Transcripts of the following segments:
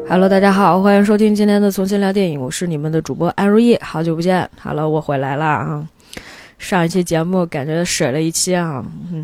Hello， 大家好，欢迎收听今天的从新聊电影，我是你们的主播安如意，好久不见。Hello， 我回来了啊！上一期节目感觉水了一期啊，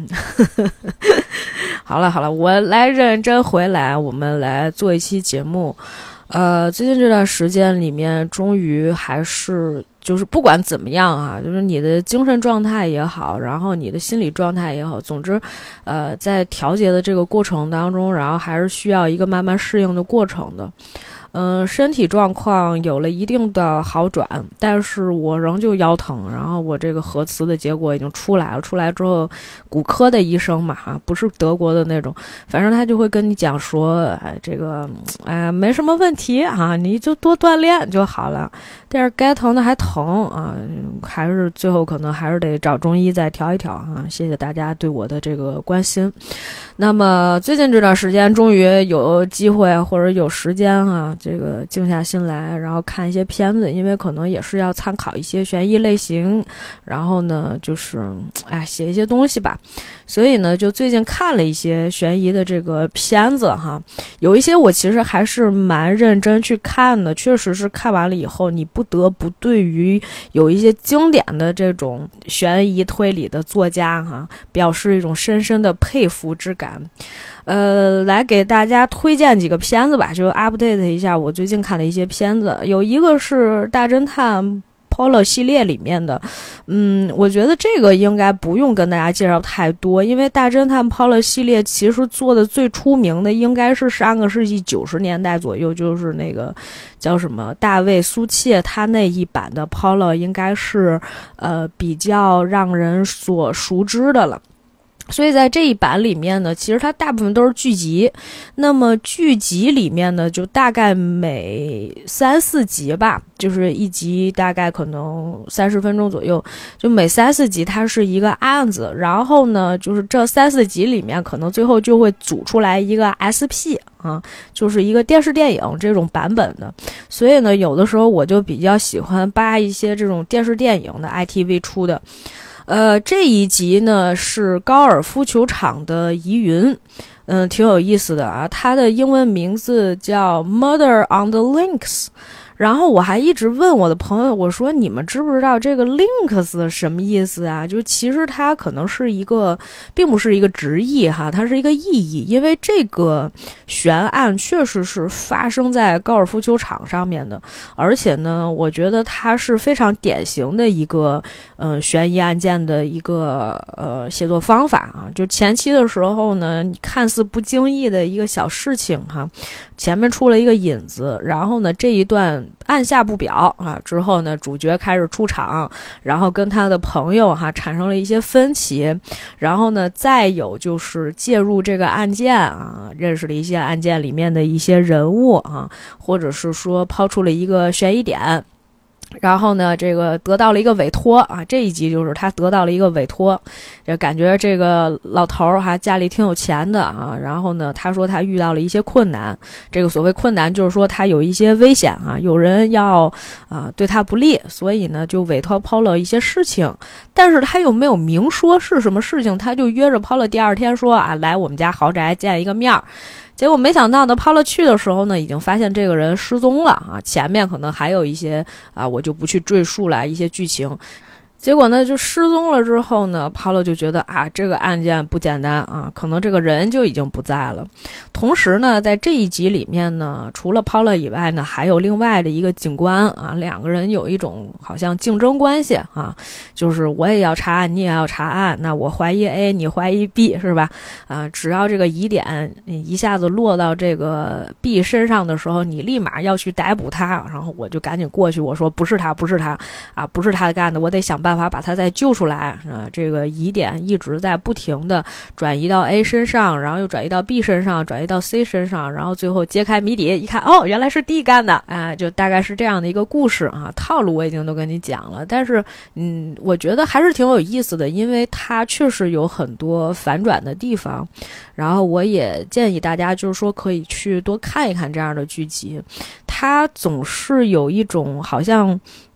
好了，我来认真回来，我们来做一期节目。最近这段时间里面，终于还是就是不管怎么样啊，就是你的精神状态也好，然后你的心理状态也好，总之，在调节的这个过程当中，然后还是需要一个慢慢适应的过程的。身体状况有了一定的好转，但是我仍旧腰疼，然后我这个核磁的结果已经出来了，出来之后骨科的医生嘛，不是德国的那种，反正他就会跟你讲说，没什么问题啊，你就多锻炼就好了，但是该疼的还疼啊，还是最后可能还是得找中医再调一调啊，谢谢大家对我的这个关心。那么最近这段时间终于有机会或者有时间啊，这个静下心来，然后看一些片子，因为可能也是要参考一些悬疑类型，然后呢就是写一些东西吧，所以呢就最近看了一些悬疑的这个片子哈，有一些我其实还是蛮认真去看的，确实是看完了以后你不得不对于有一些经典的这种悬疑推理的作家哈，表示一种深深的佩服之感。来给大家推荐几个片子吧，就 update 一下我最近看的一些片子。有一个是大侦探Polo 系列里面的，我觉得这个应该不用跟大家介绍太多，因为大侦探 Polo 系列其实做的最出名的应该是上个世纪90年代左右，就是那个叫什么大卫苏切他那一版的 Polo 应该是比较让人所熟知的了。所以在这一版里面呢，其实它大部分都是剧集，那么剧集里面呢就大概每3-4集吧，就是一集大概可能30分钟左右，就每3-4集它是一个案子，然后呢就是这3-4集里面可能最后就会组出来一个 SP 啊，就是一个电视电影这种版本的。所以呢有的时候我就比较喜欢扒一些这种电视电影的 ITV 出的。这一集呢是高尔夫球场的疑云，挺有意思的啊，它的英文名字叫 Murder on the Links。然后我还一直问我的朋友，我说你们知不知道这个 links 什么意思啊？就其实它可能是一个，并不是一个直译哈，它是一个意义，因为这个悬案确实是发生在高尔夫球场上面的，而且呢，我觉得它是非常典型的一个悬疑案件的一个写作方法啊。就前期的时候呢，你看似不经意的一个小事情哈，前面出了一个引子，然后呢这一段按下不表啊，之后呢主角开始出场，然后跟他的朋友产生了一些分歧，然后呢再有就是介入这个案件啊，认识了一些案件里面的一些人物啊，或者是说抛出了一个悬疑点，然后呢这个得到了一个委托啊，这一集就是他得到了一个委托，就感觉这个老头家里挺有钱的啊，然后呢他说他遇到了一些困难，这个所谓困难就是说他有一些危险啊，有人要对他不利，所以呢就委托Polo一些事情，但是他又没有明说是什么事情，他就约着Polo第二天说来我们家豪宅见一个面。结果没想到呢，Polo去的时候呢，已经发现这个人失踪了啊！前面可能还有一些我就不去赘述了一些剧情。结果呢就失踪了之后呢，Polo就觉得这个案件不简单啊，可能这个人就已经不在了。同时呢在这一集里面呢，除了Polo以外呢，还有另外的一个警官啊，两个人有一种好像竞争关系啊，就是我也要查案，你也要查案，那我怀疑 A 你怀疑 B 是吧？只要这个疑点一下子落到这个 B 身上的时候，你立马要去逮捕他，然后我就赶紧过去，我说不是他不是他干的，我得想办法把他再救出来这个疑点一直在不停的转移到 A 身上，然后又转移到 B 身上，转移到 C 身上，然后最后揭开谜底一看，原来是 D 干的就大概是这样的一个故事啊。套路我已经都跟你讲了，但是我觉得还是挺有意思的，因为它确实有很多反转的地方，然后我也建议大家就是说可以去多看一看这样的剧集，它总是有一种好像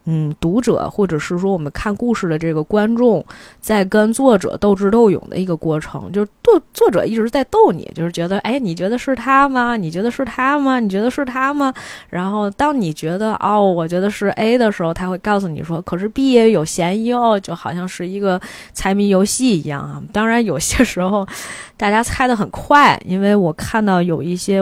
读者或者是说我们看故事的这个观众在跟作者斗智斗勇的一个过程，就是作者一直在逗你，就是觉得你觉得是他吗？你觉得是他吗？你觉得是他吗？然后当你觉得我觉得是 A 的时候，他会告诉你说可是 B 也有嫌疑就好像是一个猜谜游戏一样啊。当然有些时候大家猜得很快，因为我看了有一些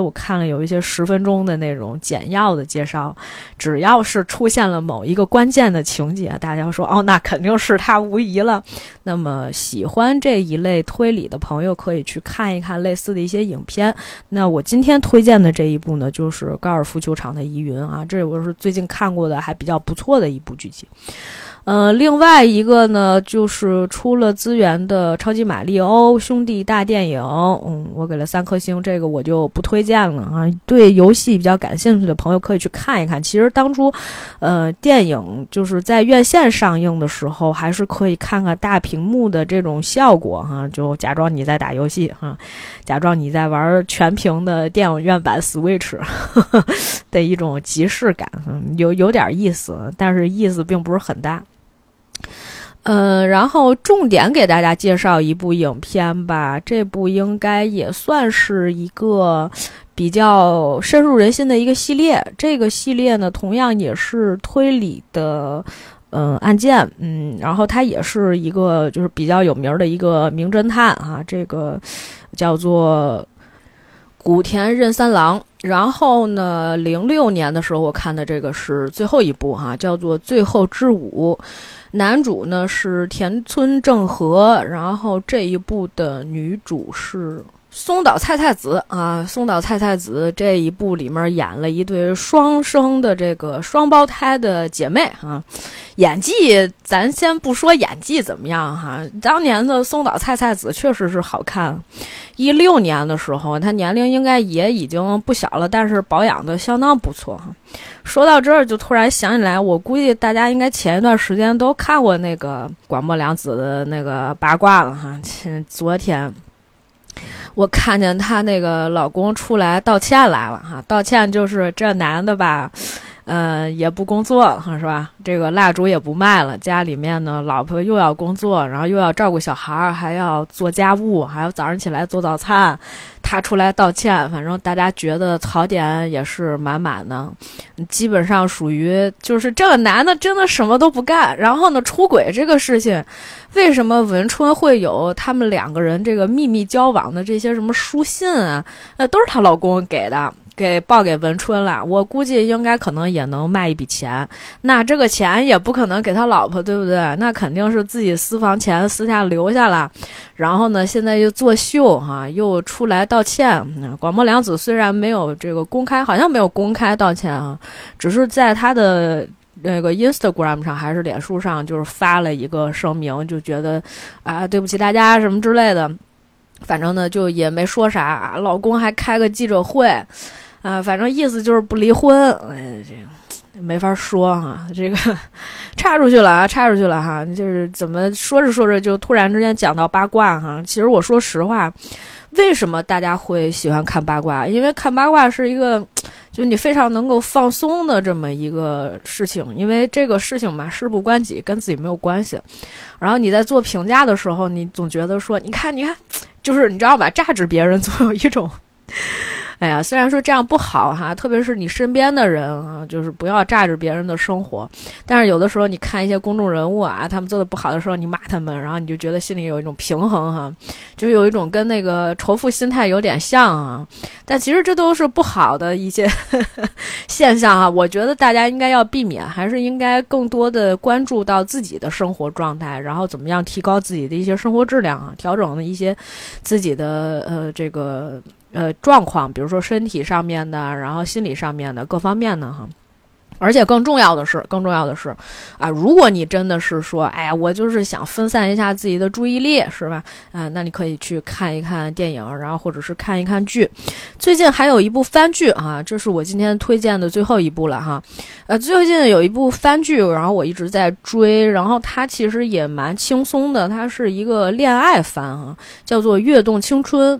10分钟的那种简要的介绍，只要是出现了某一个关键的情节，大家说那肯定是他无疑了。那么喜欢这一类推理的朋友可以去看一看类似的一些影片。那我今天推荐的这一部呢，就是《高尔夫球场的疑云》啊，这我是最近看过的还比较不错的一部剧集。另外一个呢，就是出了资源的《超级马里奥兄弟大电影》，我给了3颗星，这个我就不推荐了啊。对游戏比较感兴趣的朋友可以去看一看。其实当初，电影就是在院线上映的时候，还是可以看看大屏幕的这种效果哈，就假装你在打游戏哈，假装你在玩全屏的电影院版 Switch 的一种即视感，有点意思，但是意思并不是很大。然后重点给大家介绍一部影片吧，这部应该也算是一个比较深入人心的一个系列。这个系列呢，同样也是推理的案件，然后它也是一个就是比较有名的一个名侦探啊，这个叫做古田任三郎。然后呢，06年的时候我看的这个是最后一部哈，叫做《最后之舞》。男主呢是田村正和，然后这一部的女主是松岛菜菜子啊。松岛菜菜子这一部里面演了一对双生的这个双胞胎的姐妹啊。演技咱先不说演技怎么样哈，当年的松岛菜菜子确实是好看。16年的时候，她年龄应该也已经不小了，但是保养的相当不错哈。说到这儿就突然想起来，我估计大家应该前一段时间都看过那个广末凉子的那个八卦了哈。昨天我看见她那个老公出来道歉来了哈，道歉就是这男的吧，也不工作是吧？这个蜡烛也不卖了，家里面呢，老婆又要工作，然后又要照顾小孩，还要做家务，还要早上起来做早餐。他出来道歉，反正大家觉得槽点也是满满的，基本上属于就是这个男的真的什么都不干，然后呢出轨这个事情，为什么文春会有他们2个人这个秘密交往的这些什么书信啊，都是她老公给的。给报给文春了，我估计应该可能也能卖一笔钱，那这个钱也不可能给他老婆，对不对？那肯定是自己私房钱私下留下了，然后呢，现在又作秀哈，又出来道歉。广末凉子虽然没有这个公开，好像没有公开道歉啊，只是在他的那个 Instagram 上还是脸书上，就是发了一个声明，就觉得对不起大家什么之类的，反正呢就也没说啥，老公还开个记者会。反正意思就是不离婚，这没法说哈，这个插出去了哈，就是怎么说着说着就突然之间讲到八卦哈。其实我说实话，为什么大家会喜欢看八卦？因为看八卦是一个就你非常能够放松的这么一个事情，因为这个事情嘛，事不关己，跟自己没有关系。然后你在做评价的时候，你总觉得说，你看，就是你知道吧，榨汁别人总有一种。哎呀，虽然说这样不好哈，特别是你身边的人啊，就是不要榨着别人的生活。但是有的时候你看一些公众人物啊，他们做的不好的时候，你骂他们，然后你就觉得心里有一种平衡哈，就有一种跟那个仇富心态有点像啊。但其实这都是不好的一些现象哈，我觉得大家应该要避免，还是应该更多的关注到自己的生活状态，然后怎么样提高自己的一些生活质量啊，调整一些自己的这个状况，比如说身体上面的，然后心理上面的各方面的哈。而且更重要的是啊，如果你真的是说，哎呀，我就是想分散一下自己的注意力，是吧？那你可以去看一看电影，然后或者是看一看剧。最近还有一部番剧啊，这是我今天推荐的最后一部了哈。最近有一部番剧，然后我一直在追，然后它其实也蛮轻松的，它是一个恋爱番啊，叫做《跃动青春》。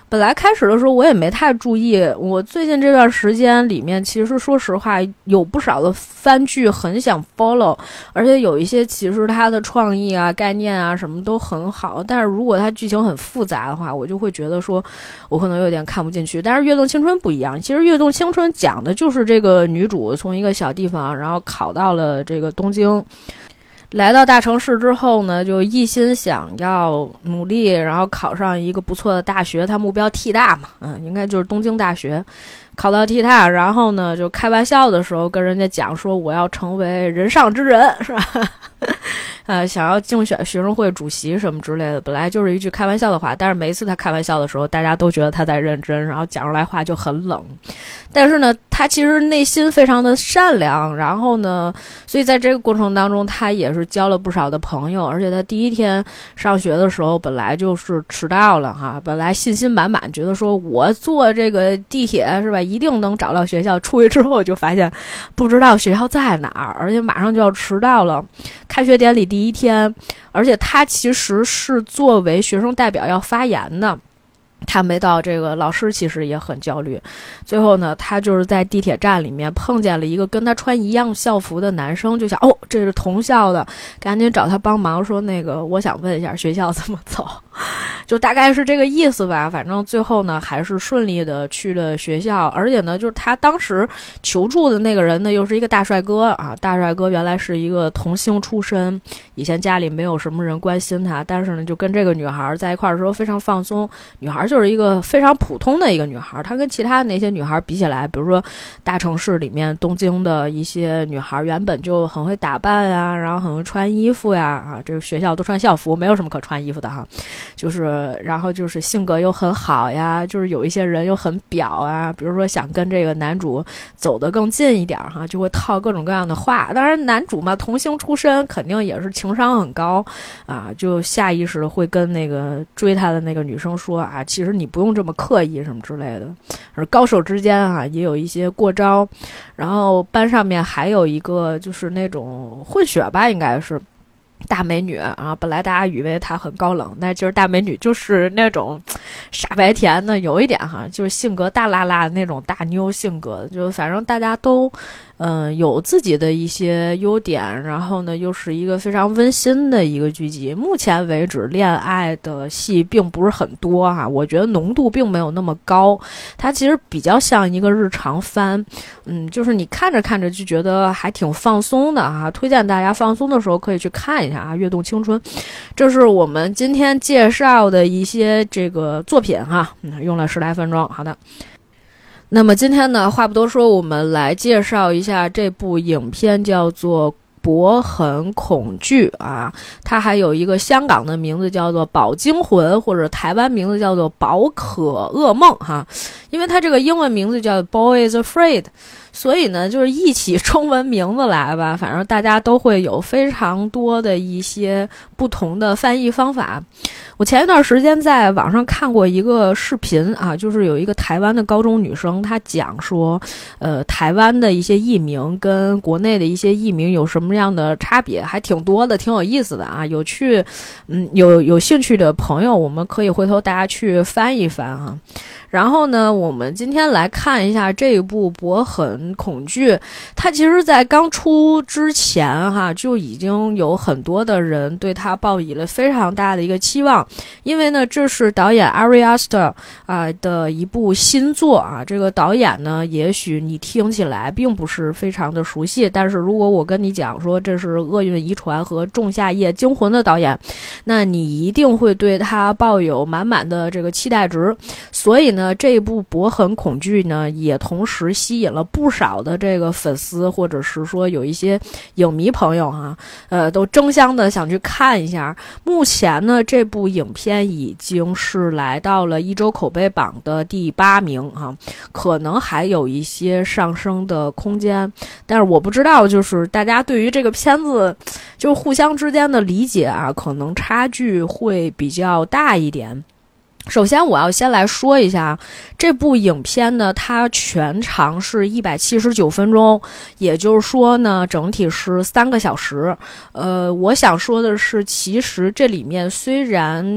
本来开始的时候我也没太注意，我最近这段时间里面，其实说实话有不少的番剧很想 follow， 而且有一些其实它的创意啊、概念啊什么都很好，但是如果它剧情很复杂的话，我就会觉得说我可能有点看不进去。但是《跃动青春》不一样，其实《跃动青春》讲的就是这个女主从一个小地方，然后考到了这个东京。来到大城市之后呢，就一心想要努力，然后考上一个不错的大学，他目标 T 大嘛，应该就是东京大学，考到 T 大，然后呢就开玩笑的时候跟人家讲说我要成为人上之人，是吧？想要竞选学生会主席什么之类的，本来就是一句开玩笑的话，但是每一次他开玩笑的时候，大家都觉得他在认真，然后讲出来话就很冷。但是呢，他其实内心非常的善良，然后呢，所以在这个过程当中，他也是交了不少的朋友，而且他第一天上学的时候，本来就是迟到了哈，本来信心满满，觉得说我坐这个地铁是吧，一定能找到学校。出去之后就发现不知道学校在哪儿，而且马上就要迟到了。开学典礼第一天，而且他其实是作为学生代表要发言的。他没到，这个老师其实也很焦虑。最后呢，他就是在地铁站里面碰见了一个跟他穿一样校服的男生，就想这是同校的，赶紧找他帮忙，说那个我想问一下学校怎么走，就大概是这个意思吧。反正最后呢还是顺利的去了学校，而且呢就是他当时求助的那个人呢又是一个大帅哥啊，大帅哥原来是一个童星出身，以前家里没有什么人关心他，但是呢就跟这个女孩在一块的时候非常放松。女孩就是一个非常普通的一个女孩，她跟其他那些女孩比起来，比如说大城市里面东京的一些女孩原本就很会打扮呀，然后很会穿衣服呀，这个学校都穿校服，没有什么可穿衣服的哈，就是然后就是性格又很好呀，就是有一些人又很表啊，比如说想跟这个男主走得更近一点哈，就会套各种各样的话。当然男主嘛童星出身，肯定也是情商很高啊，就下意识的会跟那个追他的那个女生说啊，其实你不用这么刻意什么之类的。而高手之间啊也有一些过招。然后班上面还有一个就是那种混血吧，应该是大美女啊，本来大家以为她很高冷，但其实大美女就是那种傻白甜的，有一点哈，就是性格大辣辣的那种大妞性格，就反正大家都有自己的一些优点，然后呢又是一个非常温馨的一个剧集。目前为止恋爱的戏并不是很多哈，我觉得浓度并没有那么高，它其实比较像一个日常番，就是你看着看着就觉得还挺放松的啊，推荐大家放松的时候可以去看一下啊，跃动青春。这是我们今天介绍的一些这个作品哈，用了10来分钟。好的，那么今天呢，话不多说，我们来介绍一下这部影片，叫做博痕恐惧啊，它还有一个香港的名字叫做宝惊魂，或者台湾名字叫做宝可噩梦哈，因为它这个英文名字叫 Boy is Afraid， 所以呢就是一起中文名字来吧，反正大家都会有非常多的一些不同的翻译方法。我前一段时间在网上看过一个视频啊，就是有一个台湾的高中女生，她讲说台湾的一些译名跟国内的一些译名有什么样的差别，还挺多的，挺有意思的啊。有兴趣的朋友，我们可以回头大家去翻一翻啊。然后呢，我们今天来看一下这一部《博痕恐惧》，它其实在刚出之前哈，就已经有很多的人对它抱以了非常大的一个期望，因为呢，这是导演 Ari Aster 的一部新作啊。这个导演呢，也许你听起来并不是非常的熟悉，但是如果我跟你讲说这是《厄运遗传》和《仲夏夜惊魂》的导演，那你一定会对他抱有满满的这个期待值。所以呢，这一部《博痕恐惧》呢，也同时吸引了不少的这个粉丝，或者是说有一些影迷朋友哈，都争相的想去看一下。目前呢，这部影片已经是来到了1周口碑榜的第8名哈，可能还有一些上升的空间。但是我不知道，就是大家对于这个片子就互相之间的理解啊，可能差距会比较大一点。首先我要先来说一下这部影片呢，它全长是179分钟，也就是说呢整体是3个小时。我想说的是，其实这里面虽然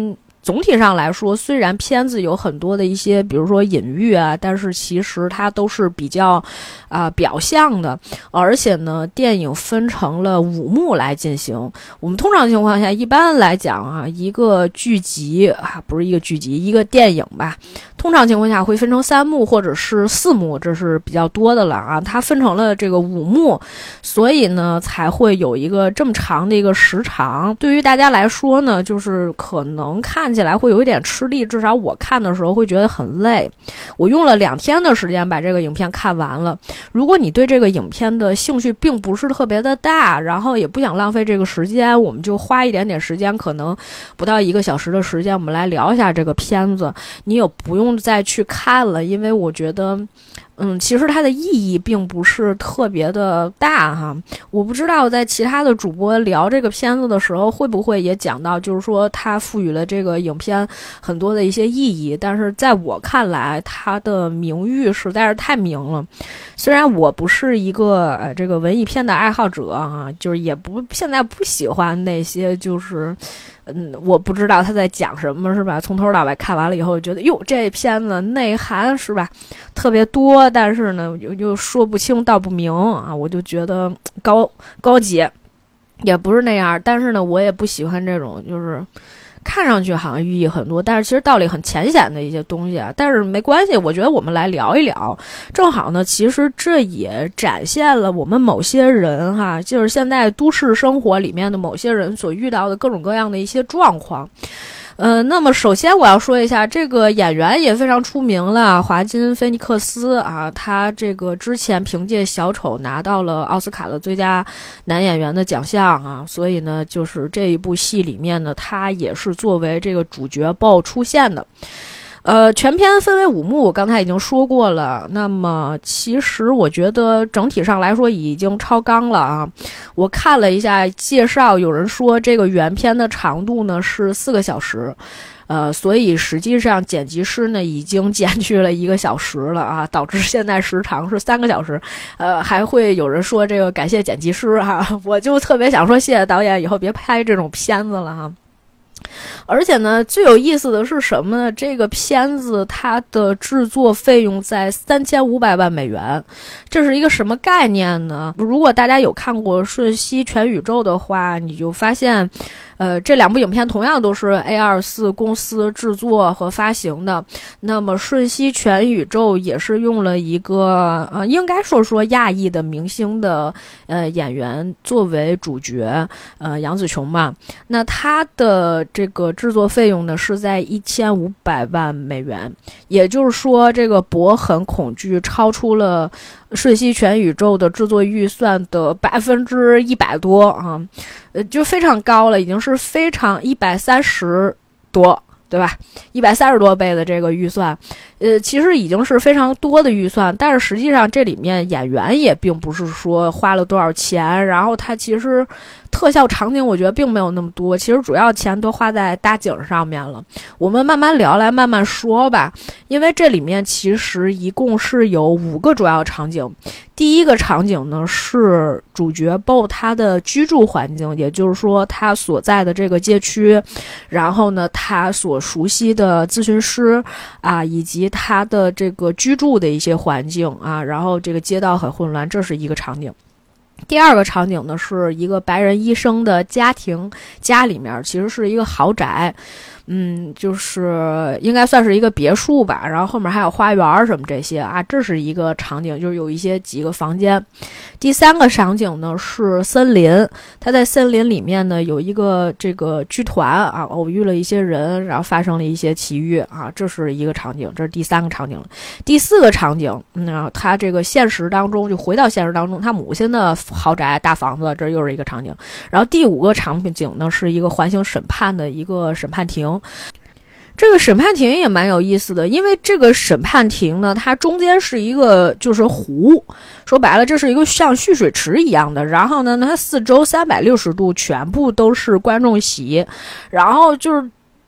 总体上来说，虽然片子有很多的一些比如说隐喻啊，但是其实它都是比较表象的。而且呢，电影分成了5幕来进行。我们通常情况下一般来讲啊，一个剧集不是一个剧集，一个电影吧，通常情况下会分成3幕或者是4幕，这是比较多的了啊。它分成了这个5幕，所以呢才会有一个这么长的一个时长。对于大家来说呢，就是可能看起来会有一点吃力，至少我看的时候会觉得很累。我用了2天的时间把这个影片看完了。如果你对这个影片的兴趣并不是特别的大，然后也不想浪费这个时间，我们就花一点点时间，可能不到1个小时的时间，我们来聊一下这个片子。你也不用再去看了，因为我觉得其实它的意义并不是特别的大哈。我不知道在其他的主播聊这个片子的时候会不会也讲到，就是说它赋予了这个影片很多的一些意义，但是在我看来它的名誉实在是太明了。虽然我不是一个这个文艺片的爱好者啊，就是也现在不喜欢那些就是我不知道他在讲什么，是吧？从头到尾看完了以后觉得哟，这片子内涵是吧特别多，但是呢又说不清道不明啊，我就觉得高级也不是那样。但是呢我也不喜欢这种就是看上去好像寓意很多，但是其实道理很浅显的一些东西啊。但是没关系，我觉得我们来聊一聊，正好呢其实这也展现了我们某些人哈，就是现在都市生活里面的某些人所遇到的各种各样的一些状况。那么首先我要说一下，这个演员也非常出名了，华金菲尼克斯啊，他这个之前凭借小丑拿到了奥斯卡的最佳男演员的奖项啊，所以呢就是这一部戏里面呢他也是作为这个主角 BO 出现的。全片分为5幕，我刚才已经说过了。那么其实我觉得整体上来说已经超纲了啊。我看了一下介绍，有人说这个原片的长度呢是4个小时。所以实际上剪辑师呢已经减去了1个小时了啊，导致现在时长是3个小时。还会有人说这个感谢剪辑师哈，我就特别想说谢谢导演，以后别拍这种片子了哈。而且呢最有意思的是什么呢，这个片子它的制作费用在3500万美元，这是一个什么概念呢？如果大家有看过《瞬息全宇宙》的话，你就发现这2部影片同样都是 A24 公司制作和发行的。那么《瞬息全宇宙》也是用了一个应该说亚裔的明星的演员作为主角，杨紫琼嘛。那他的这个制作费用呢是在1500万美元，也就是说这个《博很恐惧》超出了《瞬息全宇宙》的制作预算的100%多啊，就非常高了，已经是非常130多，对吧？130多倍的这个预算，其实已经是非常多的预算，但是实际上这里面演员也并不是说花了多少钱，然后它其实特效场景我觉得并没有那么多，其实主要钱都花在搭景上面了。我们慢慢聊来慢慢说吧，因为这里面其实一共是有5个主要场景。第一个场景呢是主角 BO 他的居住环境，也就是说他所在的这个街区，然后呢他所熟悉的咨询师啊，以及他的这个居住的一些环境啊，然后这个街道很混乱，这是一个场景。第二个场景呢是一个白人医生的家里面，其实是一个豪宅，就是应该算是一个别墅吧，然后后面还有花园什么这些啊，这是一个场景，就是有几个房间。第3个场景呢是森林，他在森林里面呢有一个这个剧团啊，偶遇了一些人，然后发生了一些奇遇啊，这是一个场景，这是第3个场景了。第4个场景，他这个现实当中就回到现实当中，他母亲的豪宅大房子，这又是一个场景。然后第5个场景呢是一个环形审判的一个审判庭。这个审判庭也蛮有意思的，因为这个审判庭呢它中间是一个就是湖，说白了这是一个像蓄水池一样的，然后呢它4周360度全部都是观众席，然后就是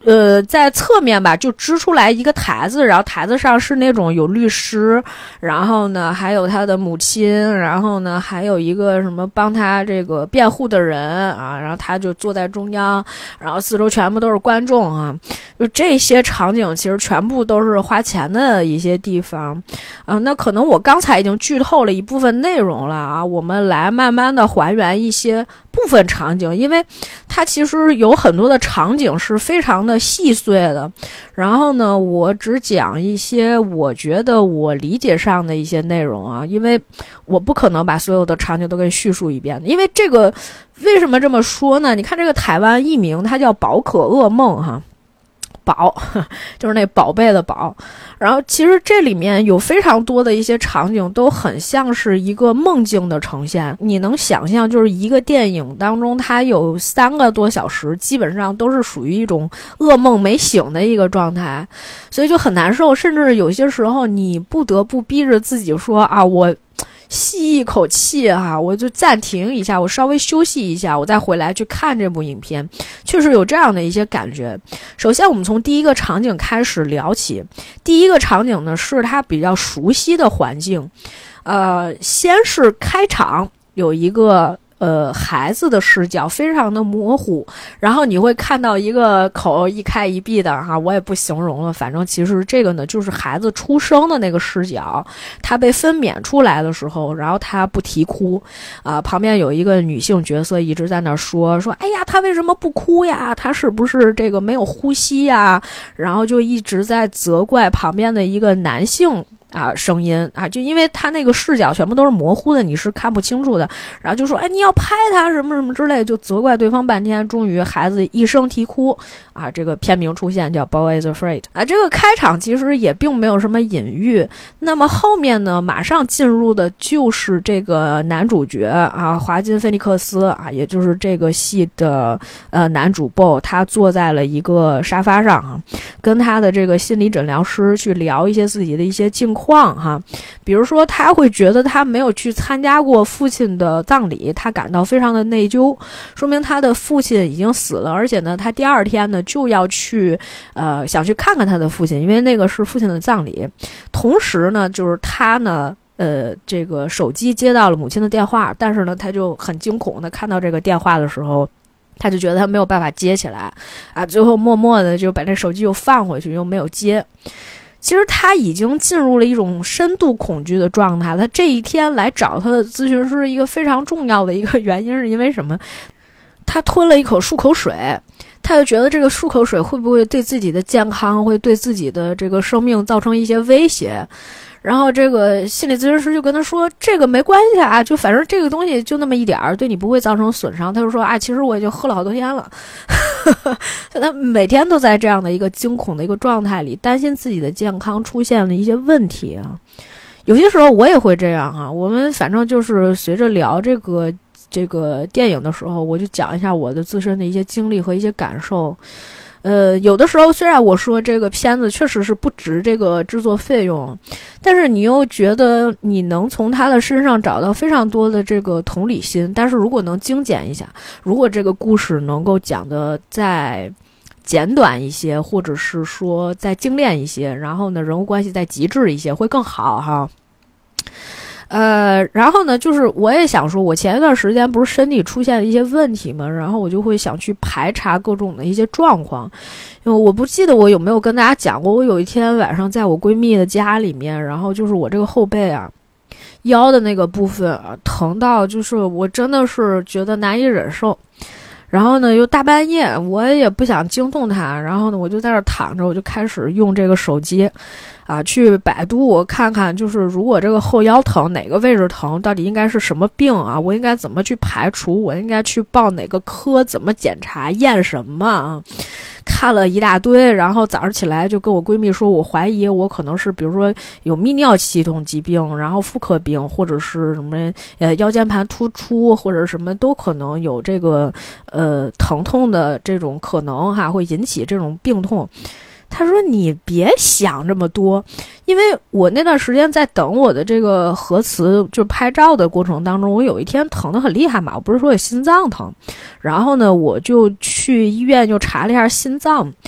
在侧面吧，就支出来一个台子，然后台子上是那种有律师，然后呢还有他的母亲，然后呢还有一个什么帮他这个辩护的人啊，然后他就坐在中央，然后四周全部都是观众啊，就这些场景其实全部都是花钱的一些地方那可能我刚才已经剧透了一部分内容了啊，我们来慢慢的还原一些部分场景，因为它其实有很多的场景是非常的细碎的，然后呢我只讲一些我觉得我理解上的一些内容啊，因为我不可能把所有的场景都给叙述一遍的，因为这个为什么这么说呢，你看这个台湾译名它叫宝可噩梦哈，宝就是那宝贝的宝，然后其实这里面有非常多的一些场景都很像是一个梦境的呈现，你能想象就是一个电影当中它有3个多小时基本上都是属于一种噩梦没醒的一个状态，所以就很难受，甚至有些时候你不得不逼着自己说啊，我吸一口气我就暂停一下，我稍微休息一下，我再回来去看这部影片，确实有这样的一些感觉。首先我们从第一个场景开始聊起，第一个场景呢是他比较熟悉的环境，先是开场有一个孩子的视角非常的模糊，然后你会看到一个口一开一闭的我也不形容了，反正其实这个呢就是孩子出生的那个视角，他被分娩出来的时候，然后他不啼哭旁边有一个女性角色一直在那说哎呀他为什么不哭呀，他是不是这个没有呼吸呀，然后就一直在责怪旁边的一个男性声音就因为他那个视角全部都是模糊的，你是看不清楚的，然后就说你要拍他什么什么之类，就责怪对方半天，终于孩子一声啼哭这个片名出现叫 Boy is Afraid 这个开场其实也并没有什么隐喻，那么后面呢马上进入的就是这个男主角华金菲尼克斯也就是这个戏的男主 Bo， 他坐在了一个沙发上跟他的这个心理诊疗师去聊一些自己的一些近况比如说他会觉得他没有去参加过父亲的葬礼，他感到非常的内疚，说明他的父亲已经死了，而且呢他第二天呢就要去想去看看他的父亲，因为那个是父亲的葬礼，同时呢就是他呢这个手机接到了母亲的电话，但是呢他就很惊恐的看到这个电话的时候，他就觉得他没有办法接起来最后默默的就把这手机又放回去，又没有接。其实他已经进入了一种深度恐惧的状态，他这一天来找他的咨询师一个非常重要的一个原因是因为什么，他吞了一口漱口水，他就觉得这个漱口水会不会对自己的健康，会对自己的这个生命造成一些威胁，然后这个心理咨询师就跟他说这个没关系就反正这个东西就那么一点儿，对你不会造成损伤。他就说其实我已经喝了好多天了他每天都在这样的一个惊恐的一个状态里，担心自己的健康出现了一些问题有些时候我也会这样我们反正就是随着聊这个电影的时候，我就讲一下我的自身的一些经历和一些感受。有的时候虽然我说这个片子确实是不值这个制作费用，但是你又觉得你能从他的身上找到非常多的这个同理心，但是如果能精简一下，如果这个故事能够讲的再简短一些，或者是说再精炼一些，然后呢人物关系再极致一些会更好然后呢就是我也想说，我前一段时间不是身体出现了一些问题嘛，然后我就会想去排查各种的一些状况，因为我不记得我有没有跟大家讲过，我有一天晚上在我闺蜜的家里面，然后就是我这个后背腰的那个部分疼到就是我真的是觉得难以忍受，然后呢又大半夜我也不想惊动他，然后呢我就在这躺着，我就开始用这个手机去百度我看看，就是如果这个后腰疼哪个位置疼，到底应该是什么病我应该怎么去排除，我应该去报哪个科，怎么检查，验什么看了一大堆，然后早上起来就跟我闺蜜说，我怀疑我可能是比如说有泌尿系统疾病，然后妇科病，或者是什么腰间盘突出，或者什么都可能有这个疼痛的这种可能会引起这种病痛。他说你别想这么多，因为我那段时间在等我的这个核磁就是拍照的过程当中，我有一天疼得很厉害嘛，我不是说有心脏疼，然后呢我就去医院又查了一下心脏，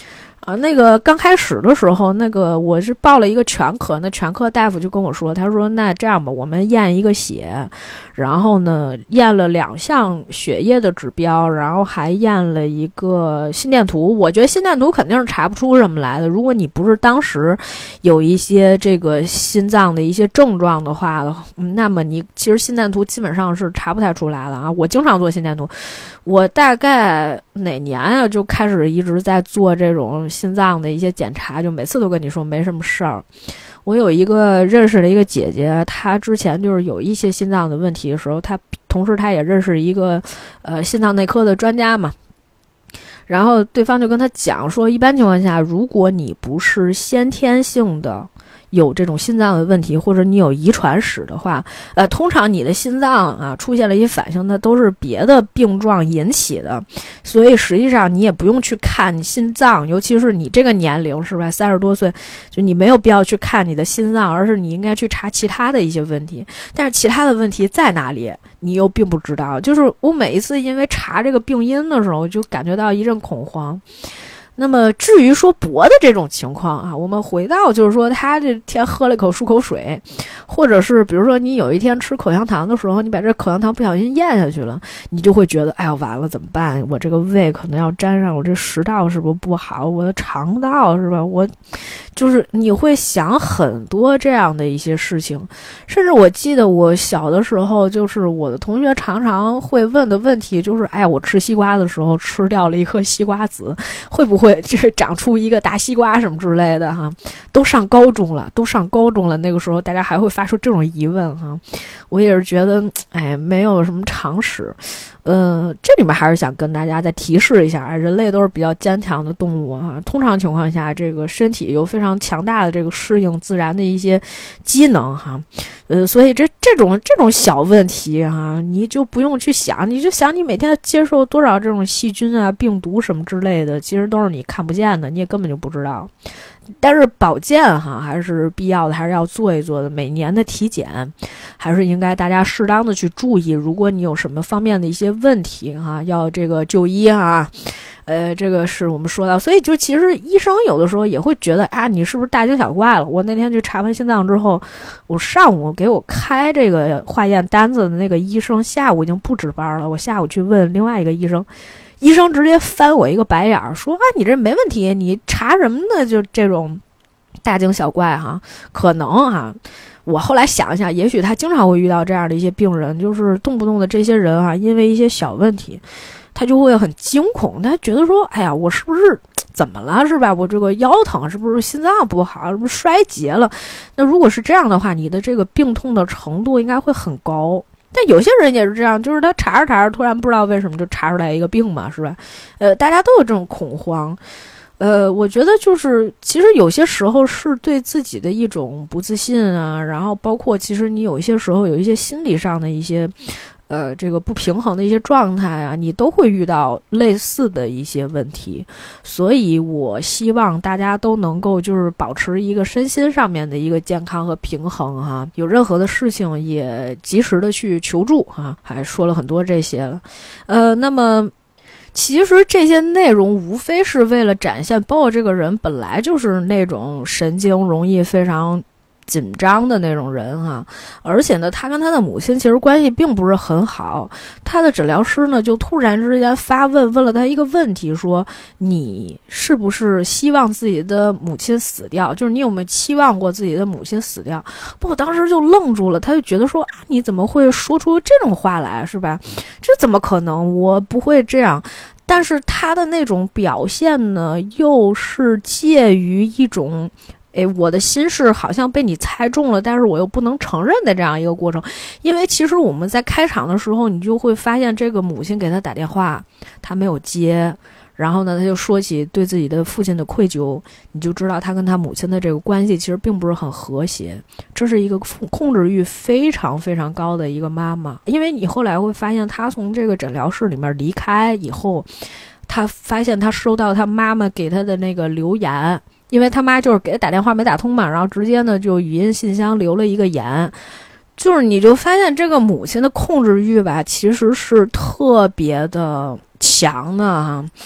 那个刚开始的时候，那个我是报了一个全科，那全科大夫就跟我说，他说那这样吧，我们验一个血，然后呢验了2项血液的指标，然后还验了一个心电图。我觉得心电图肯定是查不出什么来的，如果你不是当时有一些这个心脏的一些症状的话，那么你其实心电图基本上是查不太出来了啊。我经常做心电图，我大概哪年啊就开始一直在做这种心脏的一些检查，就每次都跟你说没什么事儿。我有一个认识的一个姐姐，她之前就是有一些心脏的问题的时候，她同时她也认识一个心脏内科的专家嘛，然后对方就跟她讲说，一般情况下，如果你不是先天性的有这种心脏的问题，或者你有遗传史的话，通常你的心脏啊出现了一些反应，那都是别的病状引起的，所以实际上你也不用去看心脏，尤其是你这个年龄是吧，30多岁，就你没有必要去看你的心脏，而是你应该去查其他的一些问题。但是其他的问题在哪里，你又并不知道。就是我每一次因为查这个病因的时候，就感觉到一阵恐慌。那么至于说脖的这种情况啊，我们回到就是说他这天喝了一口漱口水，或者是比如说你有一天吃口香糖的时候，你把这口香糖不小心咽下去了，你就会觉得哎呀完了怎么办，我这个胃可能要沾上，我这食道是不是不好，我的肠道是吧，我就是你会想很多这样的一些事情。甚至我记得我小的时候，就是我的同学常常会问的问题就是，哎，我吃西瓜的时候吃掉了一颗西瓜籽，会不会就是长出一个大西瓜什么之类的哈？都上高中了，那个时候大家还会发出这种疑问哈。我也是觉得，哎，没有什么常识。这里面还是想跟大家再提示一下，人类都是比较坚强的动物啊。通常情况下，这个身体有非常强大的这个适应自然的一些机能哈。所以这种小问题哈，你就不用去想，你就想你每天接受多少这种细菌啊、病毒什么之类的，其实都是你看不见的，你也根本就不知道。但是保健哈还是必要的，还是要做一做的。每年的体检还是应该大家适当的去注意。如果你有什么方面的一些问题哈，要这个就医哈。这个是我们说到，所以就其实医生有的时候也会觉得啊，你是不是大惊小怪了？我那天去查完心脏之后，我上午给我开这个化验单子的那个医生，下午已经不值班了。我下午去问另外一个医生。医生直接翻我一个白眼说啊，你这没问题，你查什么呢？就这种大惊小怪哈，可能哈。我后来想一下，也许他经常会遇到这样的一些病人，就是动不动的这些人啊，因为一些小问题，他就会很惊恐，他觉得说，哎呀，我是不是怎么了，是吧？我这个腰疼，是不是心脏不好，是不是衰竭了？那如果是这样的话，你的这个病痛的程度应该会很高。但有些人也是这样，就是他查着查着，突然不知道为什么就查出来一个病嘛，是吧？大家都有这种恐慌。我觉得就是其实有些时候是对自己的一种不自信啊，然后包括其实你有一些时候有一些心理上的一些这个不平衡的一些状态啊，你都会遇到类似的一些问题。所以我希望大家都能够就是保持一个身心上面的一个健康和平衡哈，有任何的事情也及时的去求助哈，还说了很多这些了。那么其实这些内容无非是为了展现包括这个人本来就是那种神经容易非常紧张的那种人哈，而且呢，他跟他的母亲其实关系并不是很好。他的诊疗师呢，就突然之间问了他一个问题，说：“你是不是希望自己的母亲死掉？就是你有没有期望过自己的母亲死掉？”不过当时就愣住了，他就觉得说：“啊，你怎么会说出这种话来？是吧？这怎么可能？我不会这样。”但是他的那种表现呢，又是介于一种。我的心事好像被你猜中了，但是我又不能承认的这样一个过程。因为其实我们在开场的时候，你就会发现这个母亲给他打电话，他没有接，然后呢，他就说起对自己的父亲的愧疚，你就知道他跟他母亲的这个关系其实并不是很和谐。这是一个控制欲非常非常高的一个妈妈。因为你后来会发现，他从这个诊疗室里面离开以后，他发现他收到他妈妈给他的那个留言。因为他妈就是给他打电话没打通嘛，然后直接呢就语音信箱留了一个言，就是你就发现这个母亲的控制欲吧，其实是特别的强的哈。